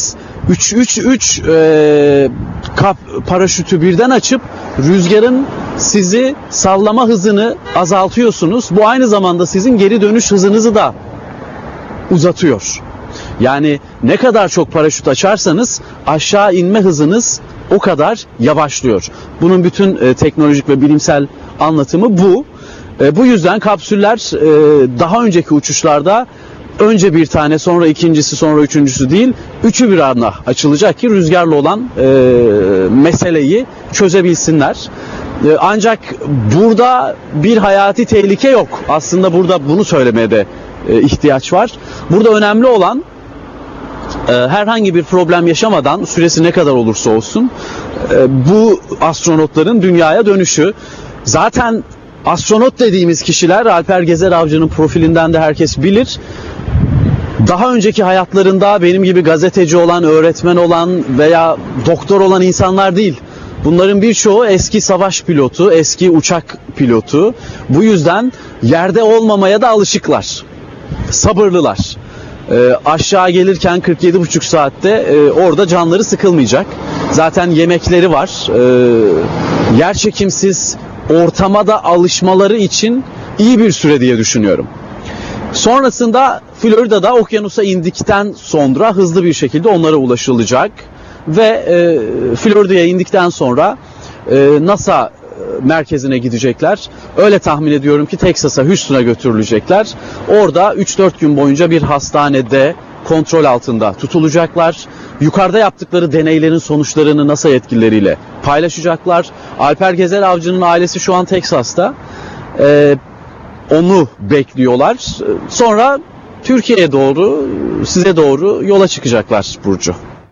üç üç üç e, kap paraşütü birden açıp rüzgarın sizi sallama hızını azaltıyorsunuz. Bu aynı zamanda sizin geri dönüş hızınızı da uzatıyor. Yani ne kadar çok paraşüt açarsanız aşağı inme hızınız o kadar yavaşlıyor. Bunun bütün e, teknolojik ve bilimsel anlatımı bu. E, bu yüzden kapsüller e, daha önceki uçuşlarda önce bir tane, sonra ikincisi, sonra üçüncüsü değil, üçü bir anda açılacak ki rüzgarla olan e, meseleyi çözebilsinler. E, ancak burada bir hayati tehlike yok. Aslında burada bunu söylemeye de e, ihtiyaç var. Burada önemli olan e, herhangi bir problem yaşamadan, süresi ne kadar olursa olsun, e, bu astronotların dünyaya dönüşü. Zaten astronot dediğimiz kişiler, Alper Gezer Avcı'nın profilinden de herkes bilir, daha önceki hayatlarında benim gibi gazeteci olan, öğretmen olan veya doktor olan insanlar değil. Bunların birçoğu eski savaş pilotu, eski uçak pilotu. Bu yüzden yerde olmamaya da alışıklar. Sabırlılar. E, aşağı gelirken kırk yedi buçuk saatte e, orada canları sıkılmayacak. Zaten yemekleri var. E, yerçekimsiz ortama da alışmaları için iyi bir süre diye düşünüyorum. Sonrasında Florida'da okyanusa indikten sonra hızlı bir şekilde onlara ulaşılacak ve e, Florida'ya indikten sonra e, NASA merkezine gidecekler. Öyle tahmin ediyorum ki Texas'a, Houston'a götürülecekler. Orada üç dört gün boyunca bir hastanede kontrol altında tutulacaklar. Yukarıda yaptıkları deneylerin sonuçlarını NASA yetkilileriyle paylaşacaklar. Alper Gezer Avcı'nın ailesi şu an Texas'ta. Ee, onu bekliyorlar. Sonra Türkiye'ye doğru, size doğru yola çıkacaklar Burcu.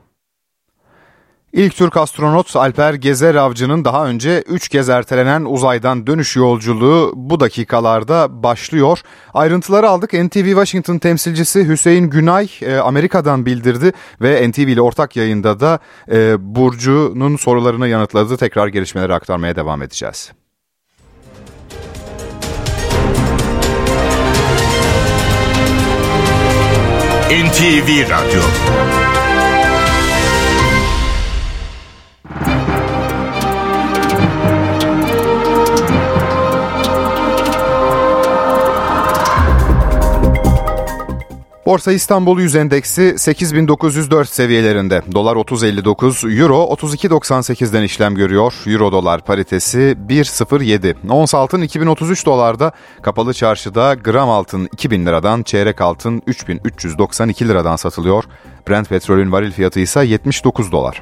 İlk Türk astronot Alper Gezer Avcı'nın daha önce üç kez ertelenen uzaydan dönüş yolculuğu bu dakikalarda başlıyor. Ayrıntıları aldık. N T V Washington temsilcisi Hüseyin Günay e, Amerika'dan bildirdi ve N T V ile ortak yayında da e, Burcu'nun sorularını yanıtladı. Tekrar gelişmeleri aktarmaya devam edeceğiz. N T V Radyo. Borsa İstanbul Yüz Endeksi sekiz bin dokuz yüz dört seviyelerinde. Dolar otuz elli dokuz, Euro otuz iki doksan sekizden işlem görüyor. Euro dolar paritesi bir virgül sıfır yedi. Ons altın iki bin otuz üç dolarda, kapalı çarşıda gram altın iki bin liradan, çeyrek altın üç bin üç yüz doksan iki liradan satılıyor. Brent petrolün varil fiyatı ise yetmiş dokuz dolar.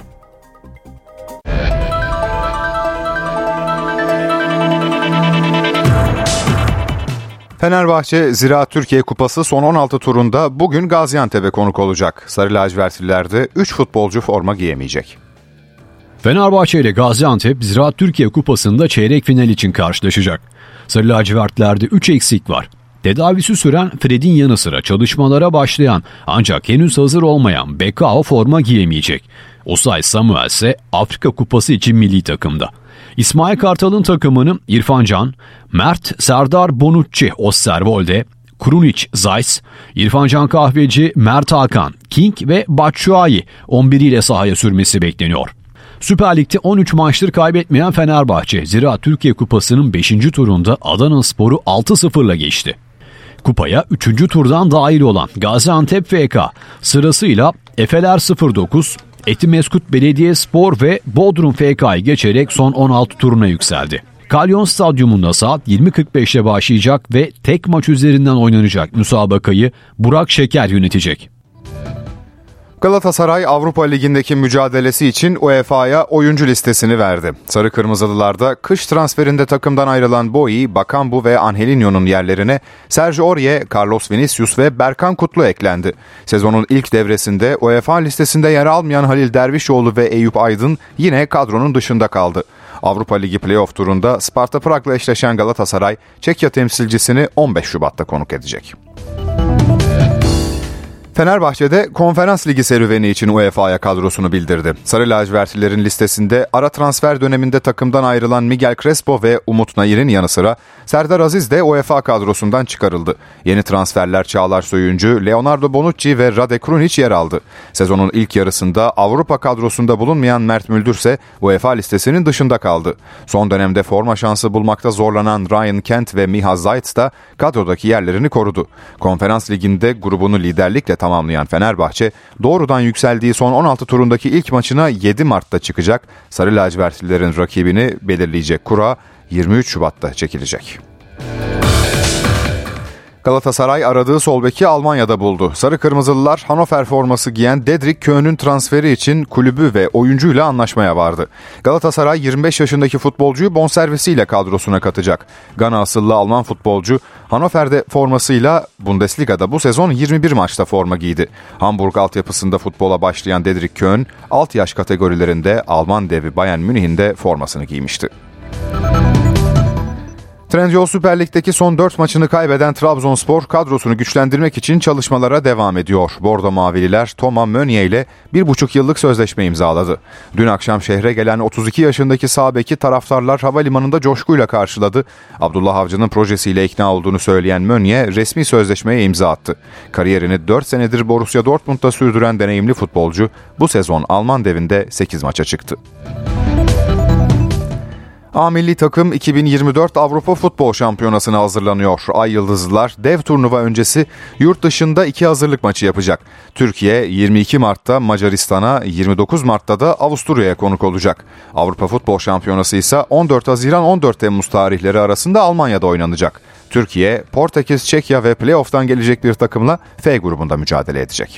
Fenerbahçe Ziraat Türkiye Kupası son on altı turunda bugün Gaziantep'e konuk olacak. Sarı lacivertlilerde üç futbolcu forma giyemeyecek. Fenerbahçe ile Gaziantep Ziraat Türkiye Kupası'nda çeyrek final için karşılaşacak. Sarı lacivertlerde üç eksik var. Tedavisi süren Fred'in yanı sıra çalışmalara başlayan ancak henüz hazır olmayan Bekao forma giyemeyecek. Osay Samuel ise Afrika Kupası için milli takımda. İsmail Kartal'ın takımını İrfan Can, Mert, Serdar Bonucci, Osterwolde, Krunic, Zeiss, İrfan Can Kahveci, Mert Hakan, King ve Batshuayi on bir ile sahaya sürmesi bekleniyor. Süper Lig'de on üç maçtır kaybetmeyen Fenerbahçe, Ziraat Türkiye Kupası'nın beşinci turunda Adanaspor'u altı sıfırla geçti. Kupaya üçüncü turdan dahil olan Gaziantep F K sırasıyla Efeler sıfır dokuz, Etimeskut Belediyespor ve Bodrum F K'yı geçerek son on altı turuna yükseldi. Kalyon Stadyumunda saat yirmi kırk beşte başlayacak ve tek maç üzerinden oynanacak müsabakayı Burak Şeker yönetecek. Galatasaray Avrupa Ligi'ndeki mücadelesi için UEFA'ya oyuncu listesini verdi. Sarı Kırmızılılarda kış transferinde takımdan ayrılan Boyi, Bakambu ve Angelinho'nun yerlerine Sergio Aurier, Carlos Vinicius ve Berkan Kutlu eklendi. Sezonun ilk devresinde UEFA listesinde yer almayan Halil Dervişoğlu ve Eyüp Aydın yine kadronun dışında kaldı. Avrupa Ligi playoff turunda Sparta Prag'la eşleşen Galatasaray, Çekya temsilcisini on beş Şubat'ta konuk edecek. Fenerbahçe'de Konferans Ligi serüveni için U E F A'ya kadrosunu bildirdi. Sarı lacivertlilerin listesinde ara transfer döneminde takımdan ayrılan Miguel Crespo ve Umut Nayir'in yanı sıra Serdar Aziz de U E F A kadrosundan çıkarıldı. Yeni transferler Çağlar Söyüncü, Leonardo Bonucci ve Rade Krunic yer aldı. Sezonun ilk yarısında Avrupa kadrosunda bulunmayan Mert Müldür ise U E F A listesinin dışında kaldı. Son dönemde forma şansı bulmakta zorlanan Ryan Kent ve Miha Zayt da kadrodaki yerlerini korudu. Konferans Ligi'nde grubunu liderlikle tamamlayan Fenerbahçe, doğrudan yükseldiği son on altı turundaki ilk maçına yedi Mart'ta çıkacak. Sarı lacivertlilerin rakibini belirleyecek kura yirmi üç Şubat'ta çekilecek. Galatasaray aradığı sol beki Almanya'da buldu. Sarı Kırmızılılar Hannover forması giyen Dedrick Köhn'ün transferi için kulübü ve oyuncuyla anlaşmaya vardı. Galatasaray yirmi beş yaşındaki futbolcuyu bonservisiyle kadrosuna katacak. Gana asıllı Alman futbolcu Hannover'de formasıyla Bundesliga'da bu sezon yirmi bir maçta forma giydi. Hamburg altyapısında futbola başlayan Dedrick Köhn alt yaş kategorilerinde Alman devi Bayern Münih'in de formasını giymişti. Trendyol Süper Lig'deki son dört maçını kaybeden Trabzonspor kadrosunu güçlendirmek için çalışmalara devam ediyor. Bordo Mavililer Thomas Meunier ile bir buçuk yıllık sözleşme imzaladı. Dün akşam şehre gelen otuz iki yaşındaki sağ beki taraftarlar havalimanında coşkuyla karşıladı. Abdullah Avcı'nın projesiyle ikna olduğunu söyleyen Meunier resmi sözleşmeye imza attı. Kariyerini dört senedir Borussia Dortmund'da sürdüren deneyimli futbolcu bu sezon Alman devinde sekiz maça çıktı. A milli takım iki bin yirmi dört Avrupa Futbol Şampiyonası'na hazırlanıyor. Ay Yıldızlılar dev turnuva öncesi yurt dışında iki hazırlık maçı yapacak. Türkiye yirmi iki Mart'ta Macaristan'a, yirmi dokuz Mart'ta da Avusturya'ya konuk olacak. Avrupa Futbol Şampiyonası ise on dört Haziran on dört Temmuz tarihleri arasında Almanya'da oynanacak. Türkiye, Portekiz, Çekya ve playoff'tan gelecek bir takımla F grubunda mücadele edecek.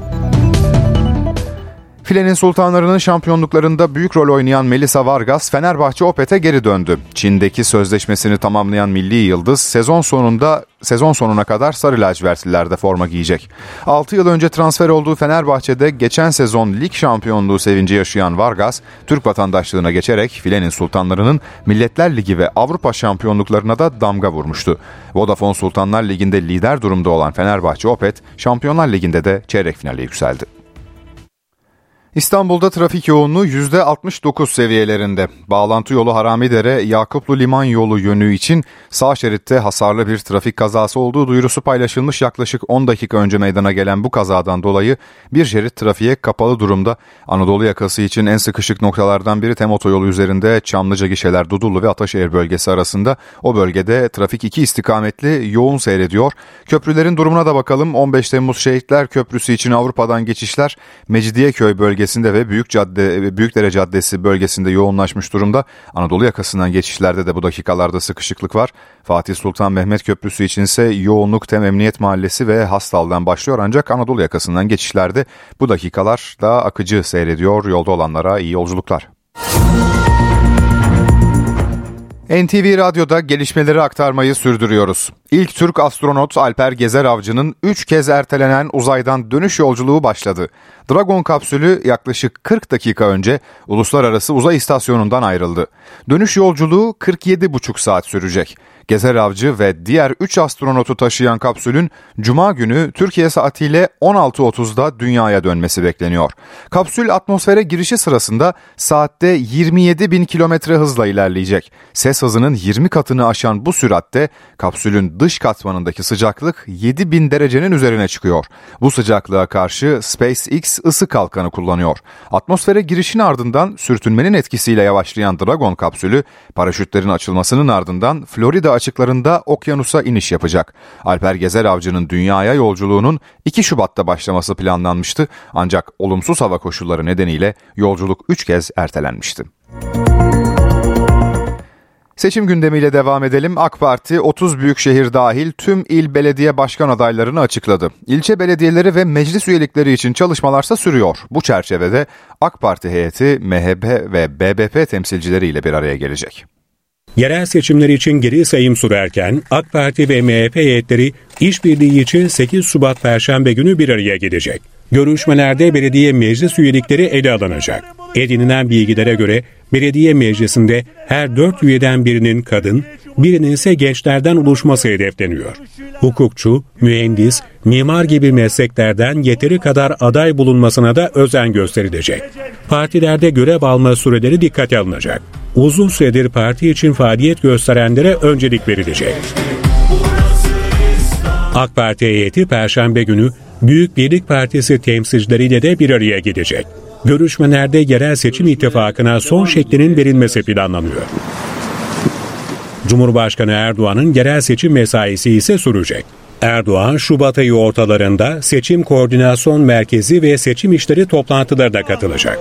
Filenin sultanlarının şampiyonluklarında büyük rol oynayan Melissa Vargas Fenerbahçe Opet'e geri döndü. Çin'deki sözleşmesini tamamlayan milli yıldız sezon sonunda sezon sonuna kadar sarı lacivertlilerde forma giyecek. altı yıl önce transfer olduğu Fenerbahçe'de geçen sezon lig şampiyonluğu sevinci yaşayan Vargas, Türk vatandaşlığına geçerek Filenin sultanlarının Milletler Ligi ve Avrupa şampiyonluklarına da damga vurmuştu. Vodafone Sultanlar Ligi'nde lider durumda olan Fenerbahçe Opet, Şampiyonlar Ligi'nde de çeyrek finale yükseldi. İstanbul'da trafik yoğunluğu yüzde altmış dokuz seviyelerinde. Bağlantı yolu Haramidere Yakuplu Liman yolu yönü için sağ şeritte hasarlı bir trafik kazası olduğu duyurusu paylaşılmış. Yaklaşık on dakika önce meydana gelen bu kazadan dolayı bir şerit trafiğe kapalı durumda. Anadolu yakası için en sıkışık noktalardan biri Tem Otoyolu üzerinde Çamlıca Gişeler Dudullu ve Ataşehir bölgesi arasında. O bölgede trafik iki istikametli yoğun seyrediyor. Köprülerin durumuna da bakalım. on beş Temmuz Şehitler Köprüsü için Avrupa'dan geçişler Mecidiyeköy bölgesi ve Büyük Cadde, Büyükdere Caddesi bölgesinde yoğunlaşmış durumda. Anadolu yakasından geçişlerde de bu dakikalarda sıkışıklık var. Fatih Sultan Mehmet Köprüsü için ise yoğunluk Tem Emniyet Mahallesi ve Hastal'dan başlıyor. Ancak Anadolu yakasından geçişlerde bu dakikalar daha akıcı seyrediyor. Yolda olanlara iyi yolculuklar. N T V Radyo'da gelişmeleri aktarmayı sürdürüyoruz. İlk Türk astronot Alper Gezer Avcı'nın üç kez ertelenen uzaydan dönüş yolculuğu başladı. Dragon kapsülü yaklaşık kırk dakika önce Uluslararası Uzay İstasyonu'ndan ayrıldı. Dönüş yolculuğu kırk yedi buçuk saat sürecek. Gezer Avcı ve diğer üç astronotu taşıyan kapsülün Cuma günü Türkiye saatiyle on altı otuzda dünyaya dönmesi bekleniyor. Kapsül atmosfere girişi sırasında saatte yirmi yedi bin kilometre hızla ilerleyecek. Ses hızının yirmi katını aşan bu süratte kapsülün dış katmanındaki sıcaklık yedi bin derecenin üzerine çıkıyor. Bu sıcaklığa karşı SpaceX ısı kalkanı kullanıyor. Atmosfere girişin ardından sürtünmenin etkisiyle yavaşlayan Dragon kapsülü paraşütlerin açılmasının ardından Florida açıklarında okyanusa iniş yapacak. Alper Gezer Avcı'nın dünyaya yolculuğunun iki Şubat'ta başlaması planlanmıştı. Ancak olumsuz hava koşulları nedeniyle yolculuk üç kez ertelenmişti. Seçim gündemiyle devam edelim. AK Parti otuz büyükşehir dahil tüm il belediye başkan adaylarını açıkladı. İlçe belediyeleri ve meclis üyelikleri için çalışmalarsa sürüyor. Bu çerçevede AK Parti heyeti M H P ve B B P temsilcileriyle bir araya gelecek. Yerel seçimler için geri sayım sürerken AK Parti ve M H P heyetleri işbirliği için sekiz Şubat Perşembe günü bir araya gelecek. Görüşmelerde belediye meclis üyelikleri ele alınacak. Edinilen bilgilere göre belediye meclisinde her dört üyeden birinin kadın, birinin ise gençlerden oluşması hedefleniyor. Hukukçu, mühendis, mimar gibi mesleklerden yeteri kadar aday bulunmasına da özen gösterilecek. Partilerde görev alma süreleri dikkate alınacak. Uzun süredir parti için faaliyet gösterenlere öncelik verilecek. AK Parti heyeti Perşembe günü Büyük Birlik Partisi temsilcileriyle de bir araya gidecek. Görüşmelerde yerel seçim ittifakına son şeklinin verilmesi planlanıyor. Cumhurbaşkanı Erdoğan'ın yerel seçim mesaisi ise sürecek. Erdoğan, Şubat ayı ortalarında Seçim Koordinasyon Merkezi ve seçim işleri toplantılarına katılacak.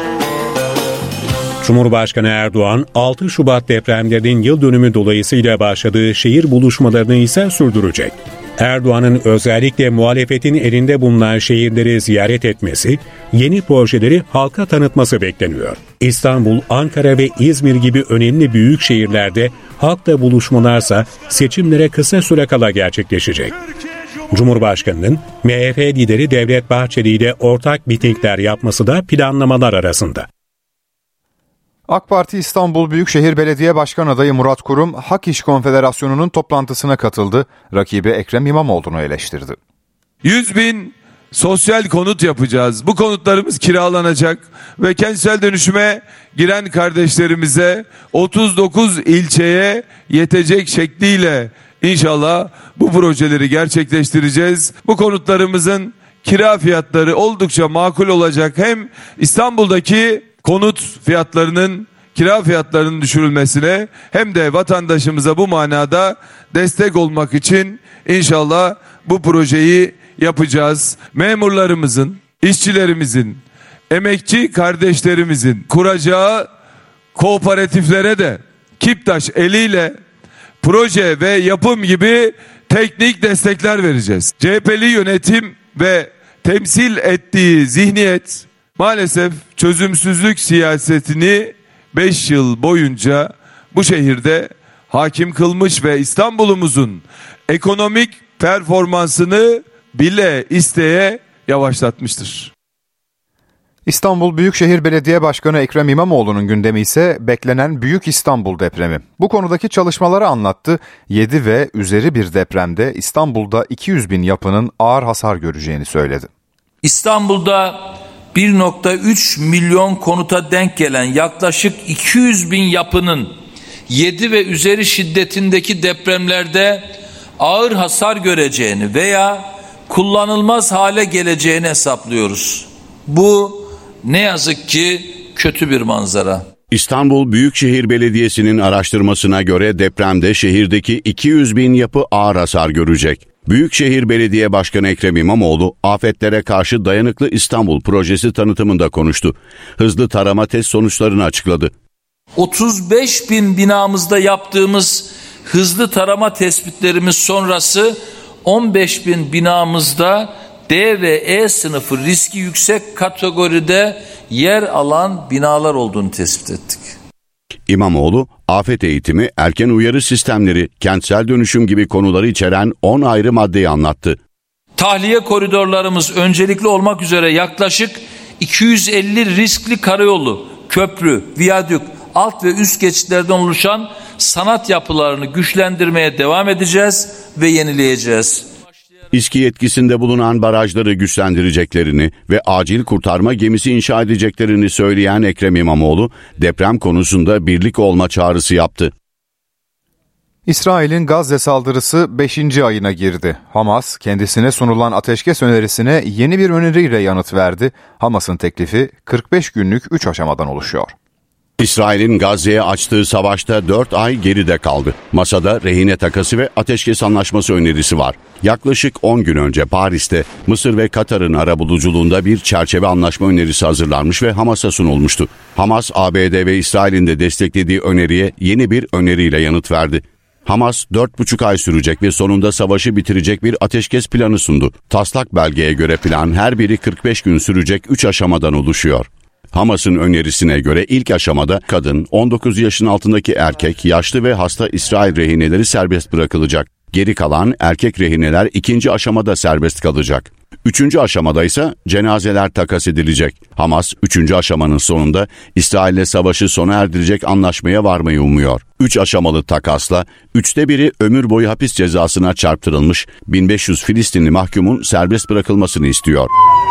Cumhurbaşkanı Erdoğan, altı Şubat depremlerinin yıl dönümü dolayısıyla başladığı şehir buluşmalarını ise sürdürecek. Erdoğan'ın özellikle muhalefetin elinde bulunan şehirleri ziyaret etmesi, yeni projeleri halka tanıtması bekleniyor. İstanbul, Ankara ve İzmir gibi önemli büyük şehirlerde halkla buluşmalarsa seçimlere kısa süre kala gerçekleşecek. Cumhurbaşkanının M H P lideri Devlet Bahçeli ile ortak mitingler yapması da planlamalar arasında. AK Parti İstanbul Büyükşehir Belediye Başkan adayı Murat Kurum, Hak İş Konfederasyonu'nun toplantısına katıldı. Rakibi Ekrem İmamoğlu'nu eleştirdi. yüz bin sosyal konut yapacağız. Bu konutlarımız kiralanacak ve kentsel dönüşüme giren kardeşlerimize otuz dokuz ilçeye yetecek şekliyle inşallah bu projeleri gerçekleştireceğiz. Bu konutlarımızın kira fiyatları oldukça makul olacak. Hem İstanbul'daki konut fiyatlarının, kira fiyatlarının düşürülmesine hem de vatandaşımıza bu manada destek olmak için inşallah bu projeyi yapacağız. Memurlarımızın, işçilerimizin, emekçi kardeşlerimizin kuracağı kooperatiflere de Kiptaş eliyle proje ve yapım gibi teknik destekler vereceğiz. C H P'li yönetim ve temsil ettiği zihniyet maalesef çözümsüzlük siyasetini beş yıl boyunca bu şehirde hakim kılmış ve İstanbul'umuzun ekonomik performansını bile isteye yavaşlatmıştır. İstanbul Büyükşehir Belediye Başkanı Ekrem İmamoğlu'nun gündemi ise beklenen Büyük İstanbul depremi. Bu konudaki çalışmaları anlattı. yedi ve üzeri bir depremde İstanbul'da iki yüz bin yapının ağır hasar göreceğini söyledi. İstanbul'da bir nokta üç milyon konuta denk gelen yaklaşık iki yüz bin yapının yedi ve üzeri şiddetindeki depremlerde ağır hasar göreceğini veya kullanılmaz hale geleceğini hesaplıyoruz. Bu ne yazık ki kötü bir manzara. İstanbul Büyükşehir Belediyesi'nin araştırmasına göre depremde şehirdeki iki yüz bin yapı ağır hasar görecek. Büyükşehir Belediye Başkanı Ekrem İmamoğlu, afetlere karşı dayanıklı İstanbul projesi tanıtımında konuştu. Hızlı tarama test sonuçlarını açıkladı. otuz beş bin binamızda yaptığımız hızlı tarama tespitlerimiz sonrası on beş bin binamızda D ve E sınıfı riski yüksek kategoride yer alan binalar olduğunu tespit ettik. İmamoğlu, afet eğitimi, erken uyarı sistemleri, kentsel dönüşüm gibi konuları içeren on ayrı maddeyi anlattı. Tahliye koridorlarımız öncelikli olmak üzere yaklaşık iki yüz elli riskli karayolu, köprü, viyadük, alt ve üst geçitlerden oluşan sanat yapılarını güçlendirmeye devam edeceğiz ve yenileyeceğiz. İSKİ yetkisinde bulunan barajları güçlendireceklerini ve acil kurtarma gemisi inşa edeceklerini söyleyen Ekrem İmamoğlu, deprem konusunda birlik olma çağrısı yaptı. İsrail'in Gazze saldırısı beşinci ayına girdi. Hamas, kendisine sunulan ateşkes önerisine yeni bir öneriyle yanıt verdi. Hamas'ın teklifi kırk beş günlük üç aşamadan oluşuyor. İsrail'in Gazze'ye açtığı savaşta dört ay geride kaldı. Masada rehine takası ve ateşkes anlaşması önerisi var. Yaklaşık on gün önce Paris'te Mısır ve Katar'ın arabuluculuğunda bir çerçeve anlaşma önerisi hazırlanmış ve Hamas'a sunulmuştu. Hamas, A B D ve İsrail'in de desteklediği öneriye yeni bir öneriyle yanıt verdi. Hamas dört buçuk ay sürecek ve sonunda savaşı bitirecek bir ateşkes planı sundu. Taslak belgeye göre plan her biri kırk beş gün sürecek üç aşamadan oluşuyor. Hamas'ın önerisine göre ilk aşamada kadın, on dokuz yaşın altındaki erkek, yaşlı ve hasta İsrail rehineleri serbest bırakılacak. Geri kalan erkek rehineler ikinci aşamada serbest kalacak. Üçüncü aşamada ise cenazeler takas edilecek. Hamas, üçüncü aşamanın sonunda İsrail'le savaşı sona erdirecek anlaşmaya varmayı umuyor. Üç aşamalı takasla üçte biri ömür boyu hapis cezasına çarptırılmış bin beş yüz Filistinli mahkumun serbest bırakılmasını istiyor.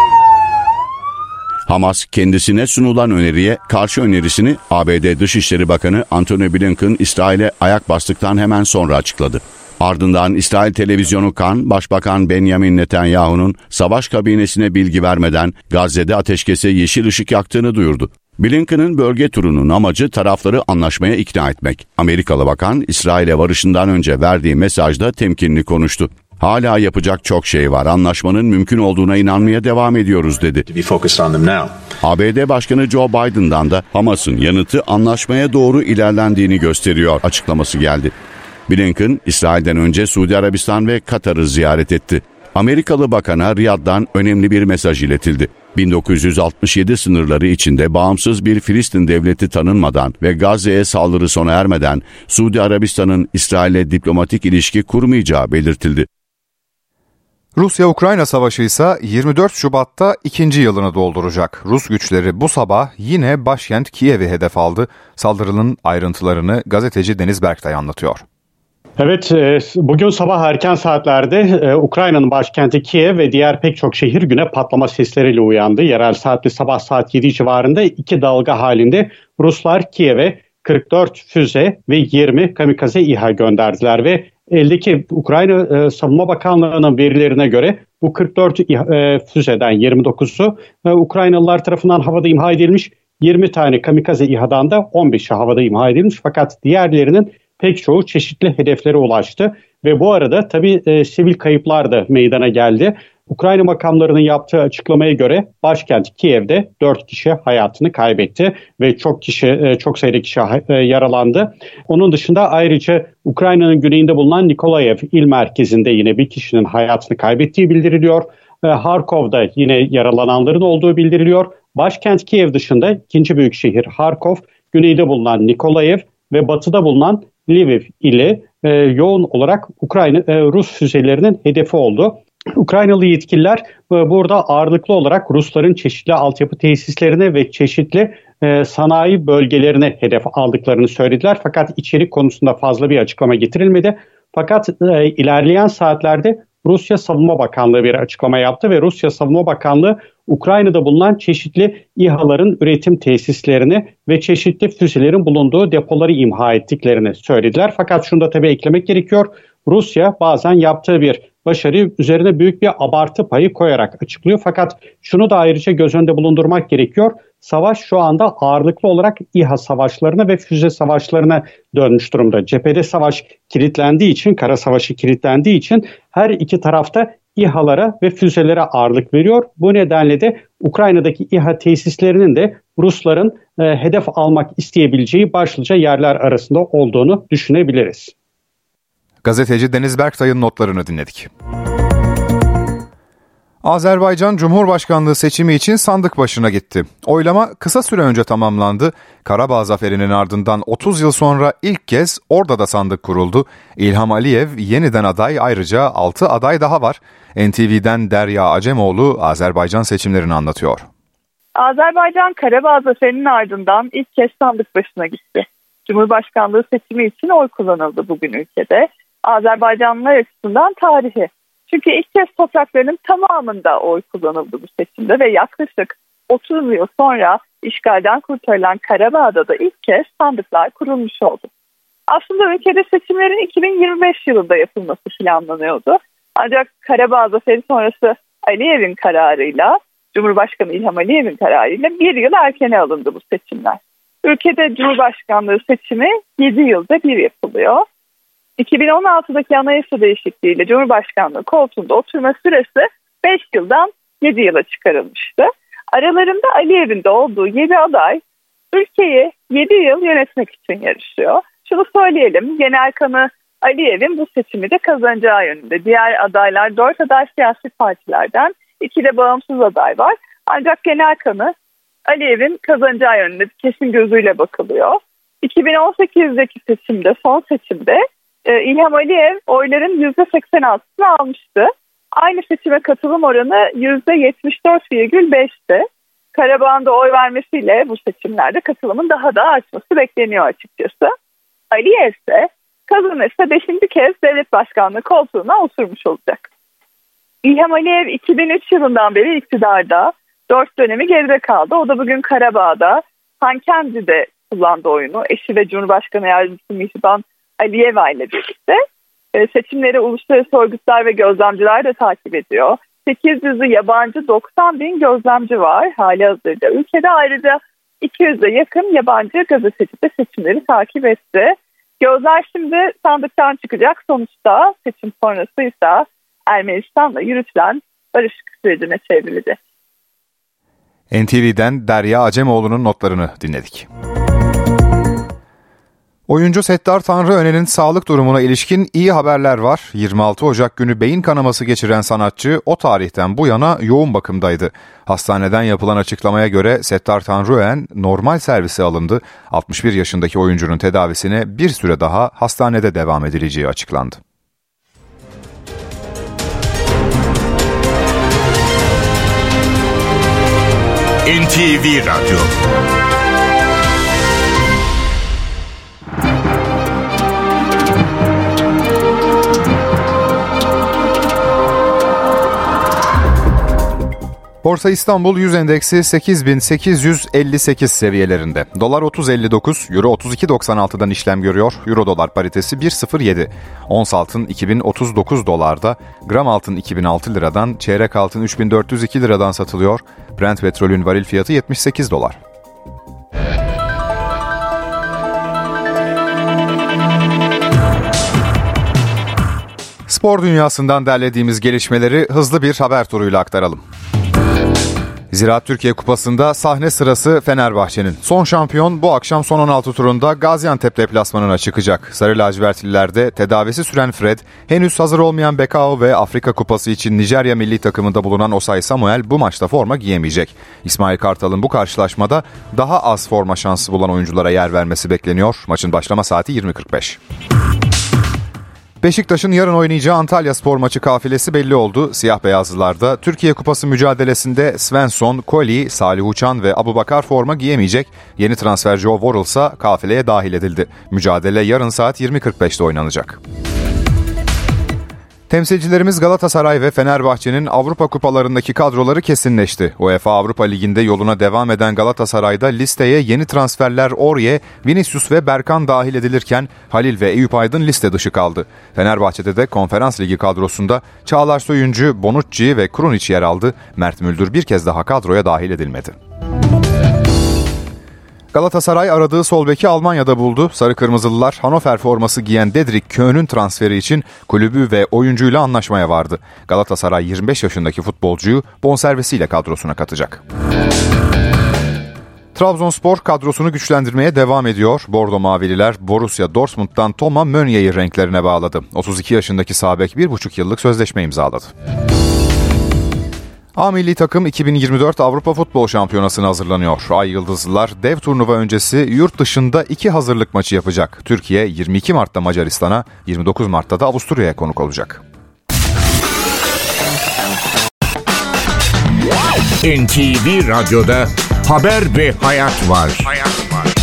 Hamas kendisine sunulan öneriye karşı önerisini A B D Dışişleri Bakanı Antony Blinken İsrail'e ayak bastıktan hemen sonra açıkladı. Ardından İsrail televizyonu Kan, Başbakan Benjamin Netanyahu'nun savaş kabinesine bilgi vermeden Gazze'de ateşkese yeşil ışık yaktığını duyurdu. Blinken'ın bölge turunun amacı tarafları anlaşmaya ikna etmek. Amerikalı bakan İsrail'e varışından önce verdiği mesajda temkinli konuştu. Hala yapacak çok şey var. Anlaşmanın mümkün olduğuna inanmaya devam ediyoruz dedi. A B D Başkanı Joe Biden'dan da Hamas'ın yanıtı anlaşmaya doğru ilerlendiğini gösteriyor açıklaması geldi. Blinken, İsrail'den önce Suudi Arabistan ve Katar'ı ziyaret etti. Amerikalı bakana Riyad'dan önemli bir mesaj iletildi. bin dokuz yüz altmış yedi sınırları içinde bağımsız bir Filistin devleti tanınmadan ve Gazze'ye saldırı sona ermeden Suudi Arabistan'ın İsrail'le diplomatik ilişki kurmayacağı belirtildi. Rusya-Ukrayna savaşı ise yirmi dört Şubat'ta ikinci yılını dolduracak. Rus güçleri bu sabah yine başkent Kiev'i hedef aldı. Saldırının ayrıntılarını gazeteci Deniz Berktay anlatıyor. Evet, bugün sabah erken saatlerde Ukrayna'nın başkenti Kiev ve diğer pek çok şehir güne patlama sesleriyle uyandı. Yerel saatle sabah saat yedi civarında iki dalga halinde Ruslar Kiev'e kırk dört füze ve yirmi kamikaze İHA gönderdiler ve eldeki Ukrayna Savunma Bakanlığı'nın verilerine göre bu kırk dört füzeden yirmi dokuzu Ukraynalılar tarafından havada imha edilmiş, yirmi tane kamikaze İHA'dan da on beşi havada imha edilmiş, fakat diğerlerinin pek çoğu çeşitli hedeflere ulaştı ve bu arada tabii e, sivil kayıplar da meydana geldi. Ukrayna makamlarının yaptığı açıklamaya göre başkent Kiev'de dört kişi hayatını kaybetti ve çok kişi e, çok sayıda kişi e, yaralandı. Onun dışında ayrıca Ukrayna'nın güneyinde bulunan Nikolaev il merkezinde yine bir kişinin hayatını kaybettiği bildiriliyor. E, Harkov'da yine yaralananların olduğu bildiriliyor. Başkent Kiev dışında ikinci büyük şehir Harkov, güneyde bulunan Nikolaev ve batıda bulunan Lviv ile e, yoğun olarak Ukrayna e, Rus füzelerinin hedefi oldu. Ukraynalı yetkililer e, burada ağırlıklı olarak Rusların çeşitli altyapı tesislerine ve çeşitli e, sanayi bölgelerine hedef aldıklarını söylediler. Fakat içerik konusunda fazla bir açıklama getirilmedi. Fakat e, ilerleyen saatlerde Rusya Savunma Bakanlığı bir açıklama yaptı ve Rusya Savunma Bakanlığı Ukrayna'da bulunan çeşitli İHA'ların üretim tesislerini ve çeşitli füzelerin bulunduğu depoları imha ettiklerini söylediler. Fakat şunu da tabii eklemek gerekiyor. Rusya bazen yaptığı bir başarıyı üzerine büyük bir abartı payı koyarak açıklıyor. Fakat şunu da ayrıca göz önünde bulundurmak gerekiyor. Savaş şu anda ağırlıklı olarak İHA savaşlarına ve füze savaşlarına dönmüş durumda. Cephede savaş kilitlendiği için, kara savaşı kilitlendiği için her iki tarafta İHA'lara ve füzelere ağırlık veriyor. Bu nedenle de Ukrayna'daki İHA tesislerinin de Rusların e, hedef almak isteyebileceği başlıca yerler arasında olduğunu düşünebiliriz. Gazeteci Deniz Berktay'ın notlarını dinledik. Azerbaycan Cumhurbaşkanlığı seçimi için sandık başına gitti. Oylama kısa süre önce tamamlandı. Karabağ zaferinin ardından otuz yıl sonra ilk kez orada da sandık kuruldu. İlham Aliyev yeniden aday, ayrıca altı aday daha var. N T V'den Derya Acemoğlu Azerbaycan seçimlerini anlatıyor. Azerbaycan Karabağ zaferinin ardından ilk kez sandık başına gitti. Cumhurbaşkanlığı seçimi için oy kullanıldı bugün ülkede. Azerbaycanlılar açısından tarihi. Çünkü ilk kez topraklarının tamamında oy kullanıldı bu seçimde ve yaklaşık otuz yıl sonra işgalden kurtarılan Karabağ'da da ilk kez sandıklar kurulmuş oldu. Aslında ülkede seçimlerin iki bin yirmi beş yılında yapılması planlanıyordu. Ancak Karabağ zaferi sonrası Aliyev'in kararıyla, Cumhurbaşkanı İlham Aliyev'in kararıyla bir yıl erkene alındı bu seçimler. Ülkede Cumhurbaşkanlığı seçimi yedi yılda bir yapılıyor. iki bin on altıdaki anayasa değişikliğiyle Cumhurbaşkanlığı koltuğunda oturma süresi beş yıldan yedi yıla çıkarılmıştı. Aralarında Aliyev'in de olduğu yedi aday ülkeyi yedi yıl yönetmek için yarışıyor. Şunu söyleyelim, genel kanı Aliyev'in bu seçimi de kazanacağı yönünde. Diğer adaylar dört aday siyasi partilerden, iki de bağımsız aday var. Ancak genel kanı Aliyev'in kazanacağı yönünde kesin gözüyle bakılıyor. iki bin on sekizdeki seçimde, son seçimde e, İlham Aliyev oyların yüzde seksen altısını almıştı. Aynı seçime katılım oranı yüzde yetmiş dört virgül beşti. Karabağ'ın da oy vermesiyle bu seçimlerde katılımın daha da artması bekleniyor açıkçası. Aliyev ise kazanırsa beşinci kez devlet başkanlığı koltuğuna oturmuş olacak. İlham Aliyev iki bin üç yılından beri iktidarda, dört dönemi geride kaldı. O da bugün Karabağ'da, Hankendi'de kullandı oyunu. Eşi ve Cumhurbaşkanı Yardımcısı Mihriban Aliyeva ile birlikte. E, seçimleri uluslararası örgütler ve gözlemciler de takip ediyor. sekiz yüzü yabancı, doksan bin gözlemci var hali hazırda. Ülkede ayrıca iki yüze yakın yabancı gazeteci de seçimleri takip etti. Gözler şimdi sandıktan çıkacak. Sonuçta seçim sonrasıysa Ermenistan'la yürütülen barış sürecine çevrilecek. N T V'den Derya Acemoğlu'nun notlarını dinledik. Oyuncu Settar Tanrıören'in sağlık durumuna ilişkin iyi haberler var. yirmi altı Ocak günü beyin kanaması geçiren sanatçı o tarihten bu yana yoğun bakımdaydı. Hastaneden yapılan açıklamaya göre Settar Tanrıören normal servise alındı. altmış bir yaşındaki oyuncunun tedavisine bir süre daha hastanede devam edileceği açıklandı. N T V Radyo. Borsa İstanbul yüz endeksi sekiz bin sekiz yüz elli sekiz seviyelerinde. Dolar otuz elli dokuz, Euro otuz iki doksan altıdan işlem görüyor. Euro dolar paritesi bir sıfır yedi. Ons altın iki bin otuz dokuz dolarda, gram altın iki bin altı liradan, çeyrek altın üç bin dört yüz iki liradan satılıyor. Brent petrolün varil fiyatı yetmiş sekiz dolar. Spor dünyasından derlediğimiz gelişmeleri hızlı bir haber turuyla aktaralım. Ziraat Türkiye Kupası'nda sahne sırası Fenerbahçe'nin. Son şampiyon bu akşam son on altı turunda Gaziantep deplasmanına çıkacak. Sarı lacivertlilerde tedavisi süren Fred, henüz hazır olmayan Bekao ve Afrika Kupası için Nijerya milli takımında bulunan Osay Samuel bu maçta forma giyemeyecek. İsmail Kartal'ın bu karşılaşmada daha az forma şansı bulan oyunculara yer vermesi bekleniyor. Maçın başlama saati yirmi kırk beş. Beşiktaş'ın yarın oynayacağı Antalyaspor maçı kafilesi belli oldu. Siyah beyazlılarda Türkiye Kupası mücadelesinde Svensson, Koli, Salih Uçan ve Abubakar forma giyemeyecek. Yeni transfer Joe Worrell ise kafileye dahil edildi. Mücadele yarın saat yirmi kırk beşte oynanacak. Temsilcilerimiz Galatasaray ve Fenerbahçe'nin Avrupa kupalarındaki kadroları kesinleşti. UEFA Avrupa Ligi'nde yoluna devam eden Galatasaray'da listeye yeni transferler Orye, Vinicius ve Berkan dahil edilirken Halil ve Eyüp Aydın liste dışı kaldı. Fenerbahçe'de de Konferans Ligi kadrosunda Çağlar Soyuncu, Bonucci ve Krunic yer aldı. Mert Müldür bir kez daha kadroya dahil edilmedi. Galatasaray aradığı sol beki Almanya'da buldu. Sarı Kırmızılılar Hannover forması giyen Dedrick Köhn'ün transferi için kulübü ve oyuncuyla anlaşmaya vardı. Galatasaray yirmi beş yaşındaki futbolcuyu bonservisiyle kadrosuna katacak. Trabzonspor kadrosunu güçlendirmeye devam ediyor. Bordo Mavililer Borussia Dortmund'dan Thomas Meunier'i renklerine bağladı. otuz iki yaşındaki sağ bek bir buçuk yıllık sözleşme imzaladı. A milli takım iki bin yirmi dört Avrupa Futbol Şampiyonası'na hazırlanıyor. Ay Yıldızlılar dev turnuva öncesi yurt dışında iki hazırlık maçı yapacak. Türkiye yirmi iki Mart'ta Macaristan'a, yirmi dokuz Mart'ta da Avusturya'ya konuk olacak. N T V Radyo'da haber ve hayat var. Hayat var.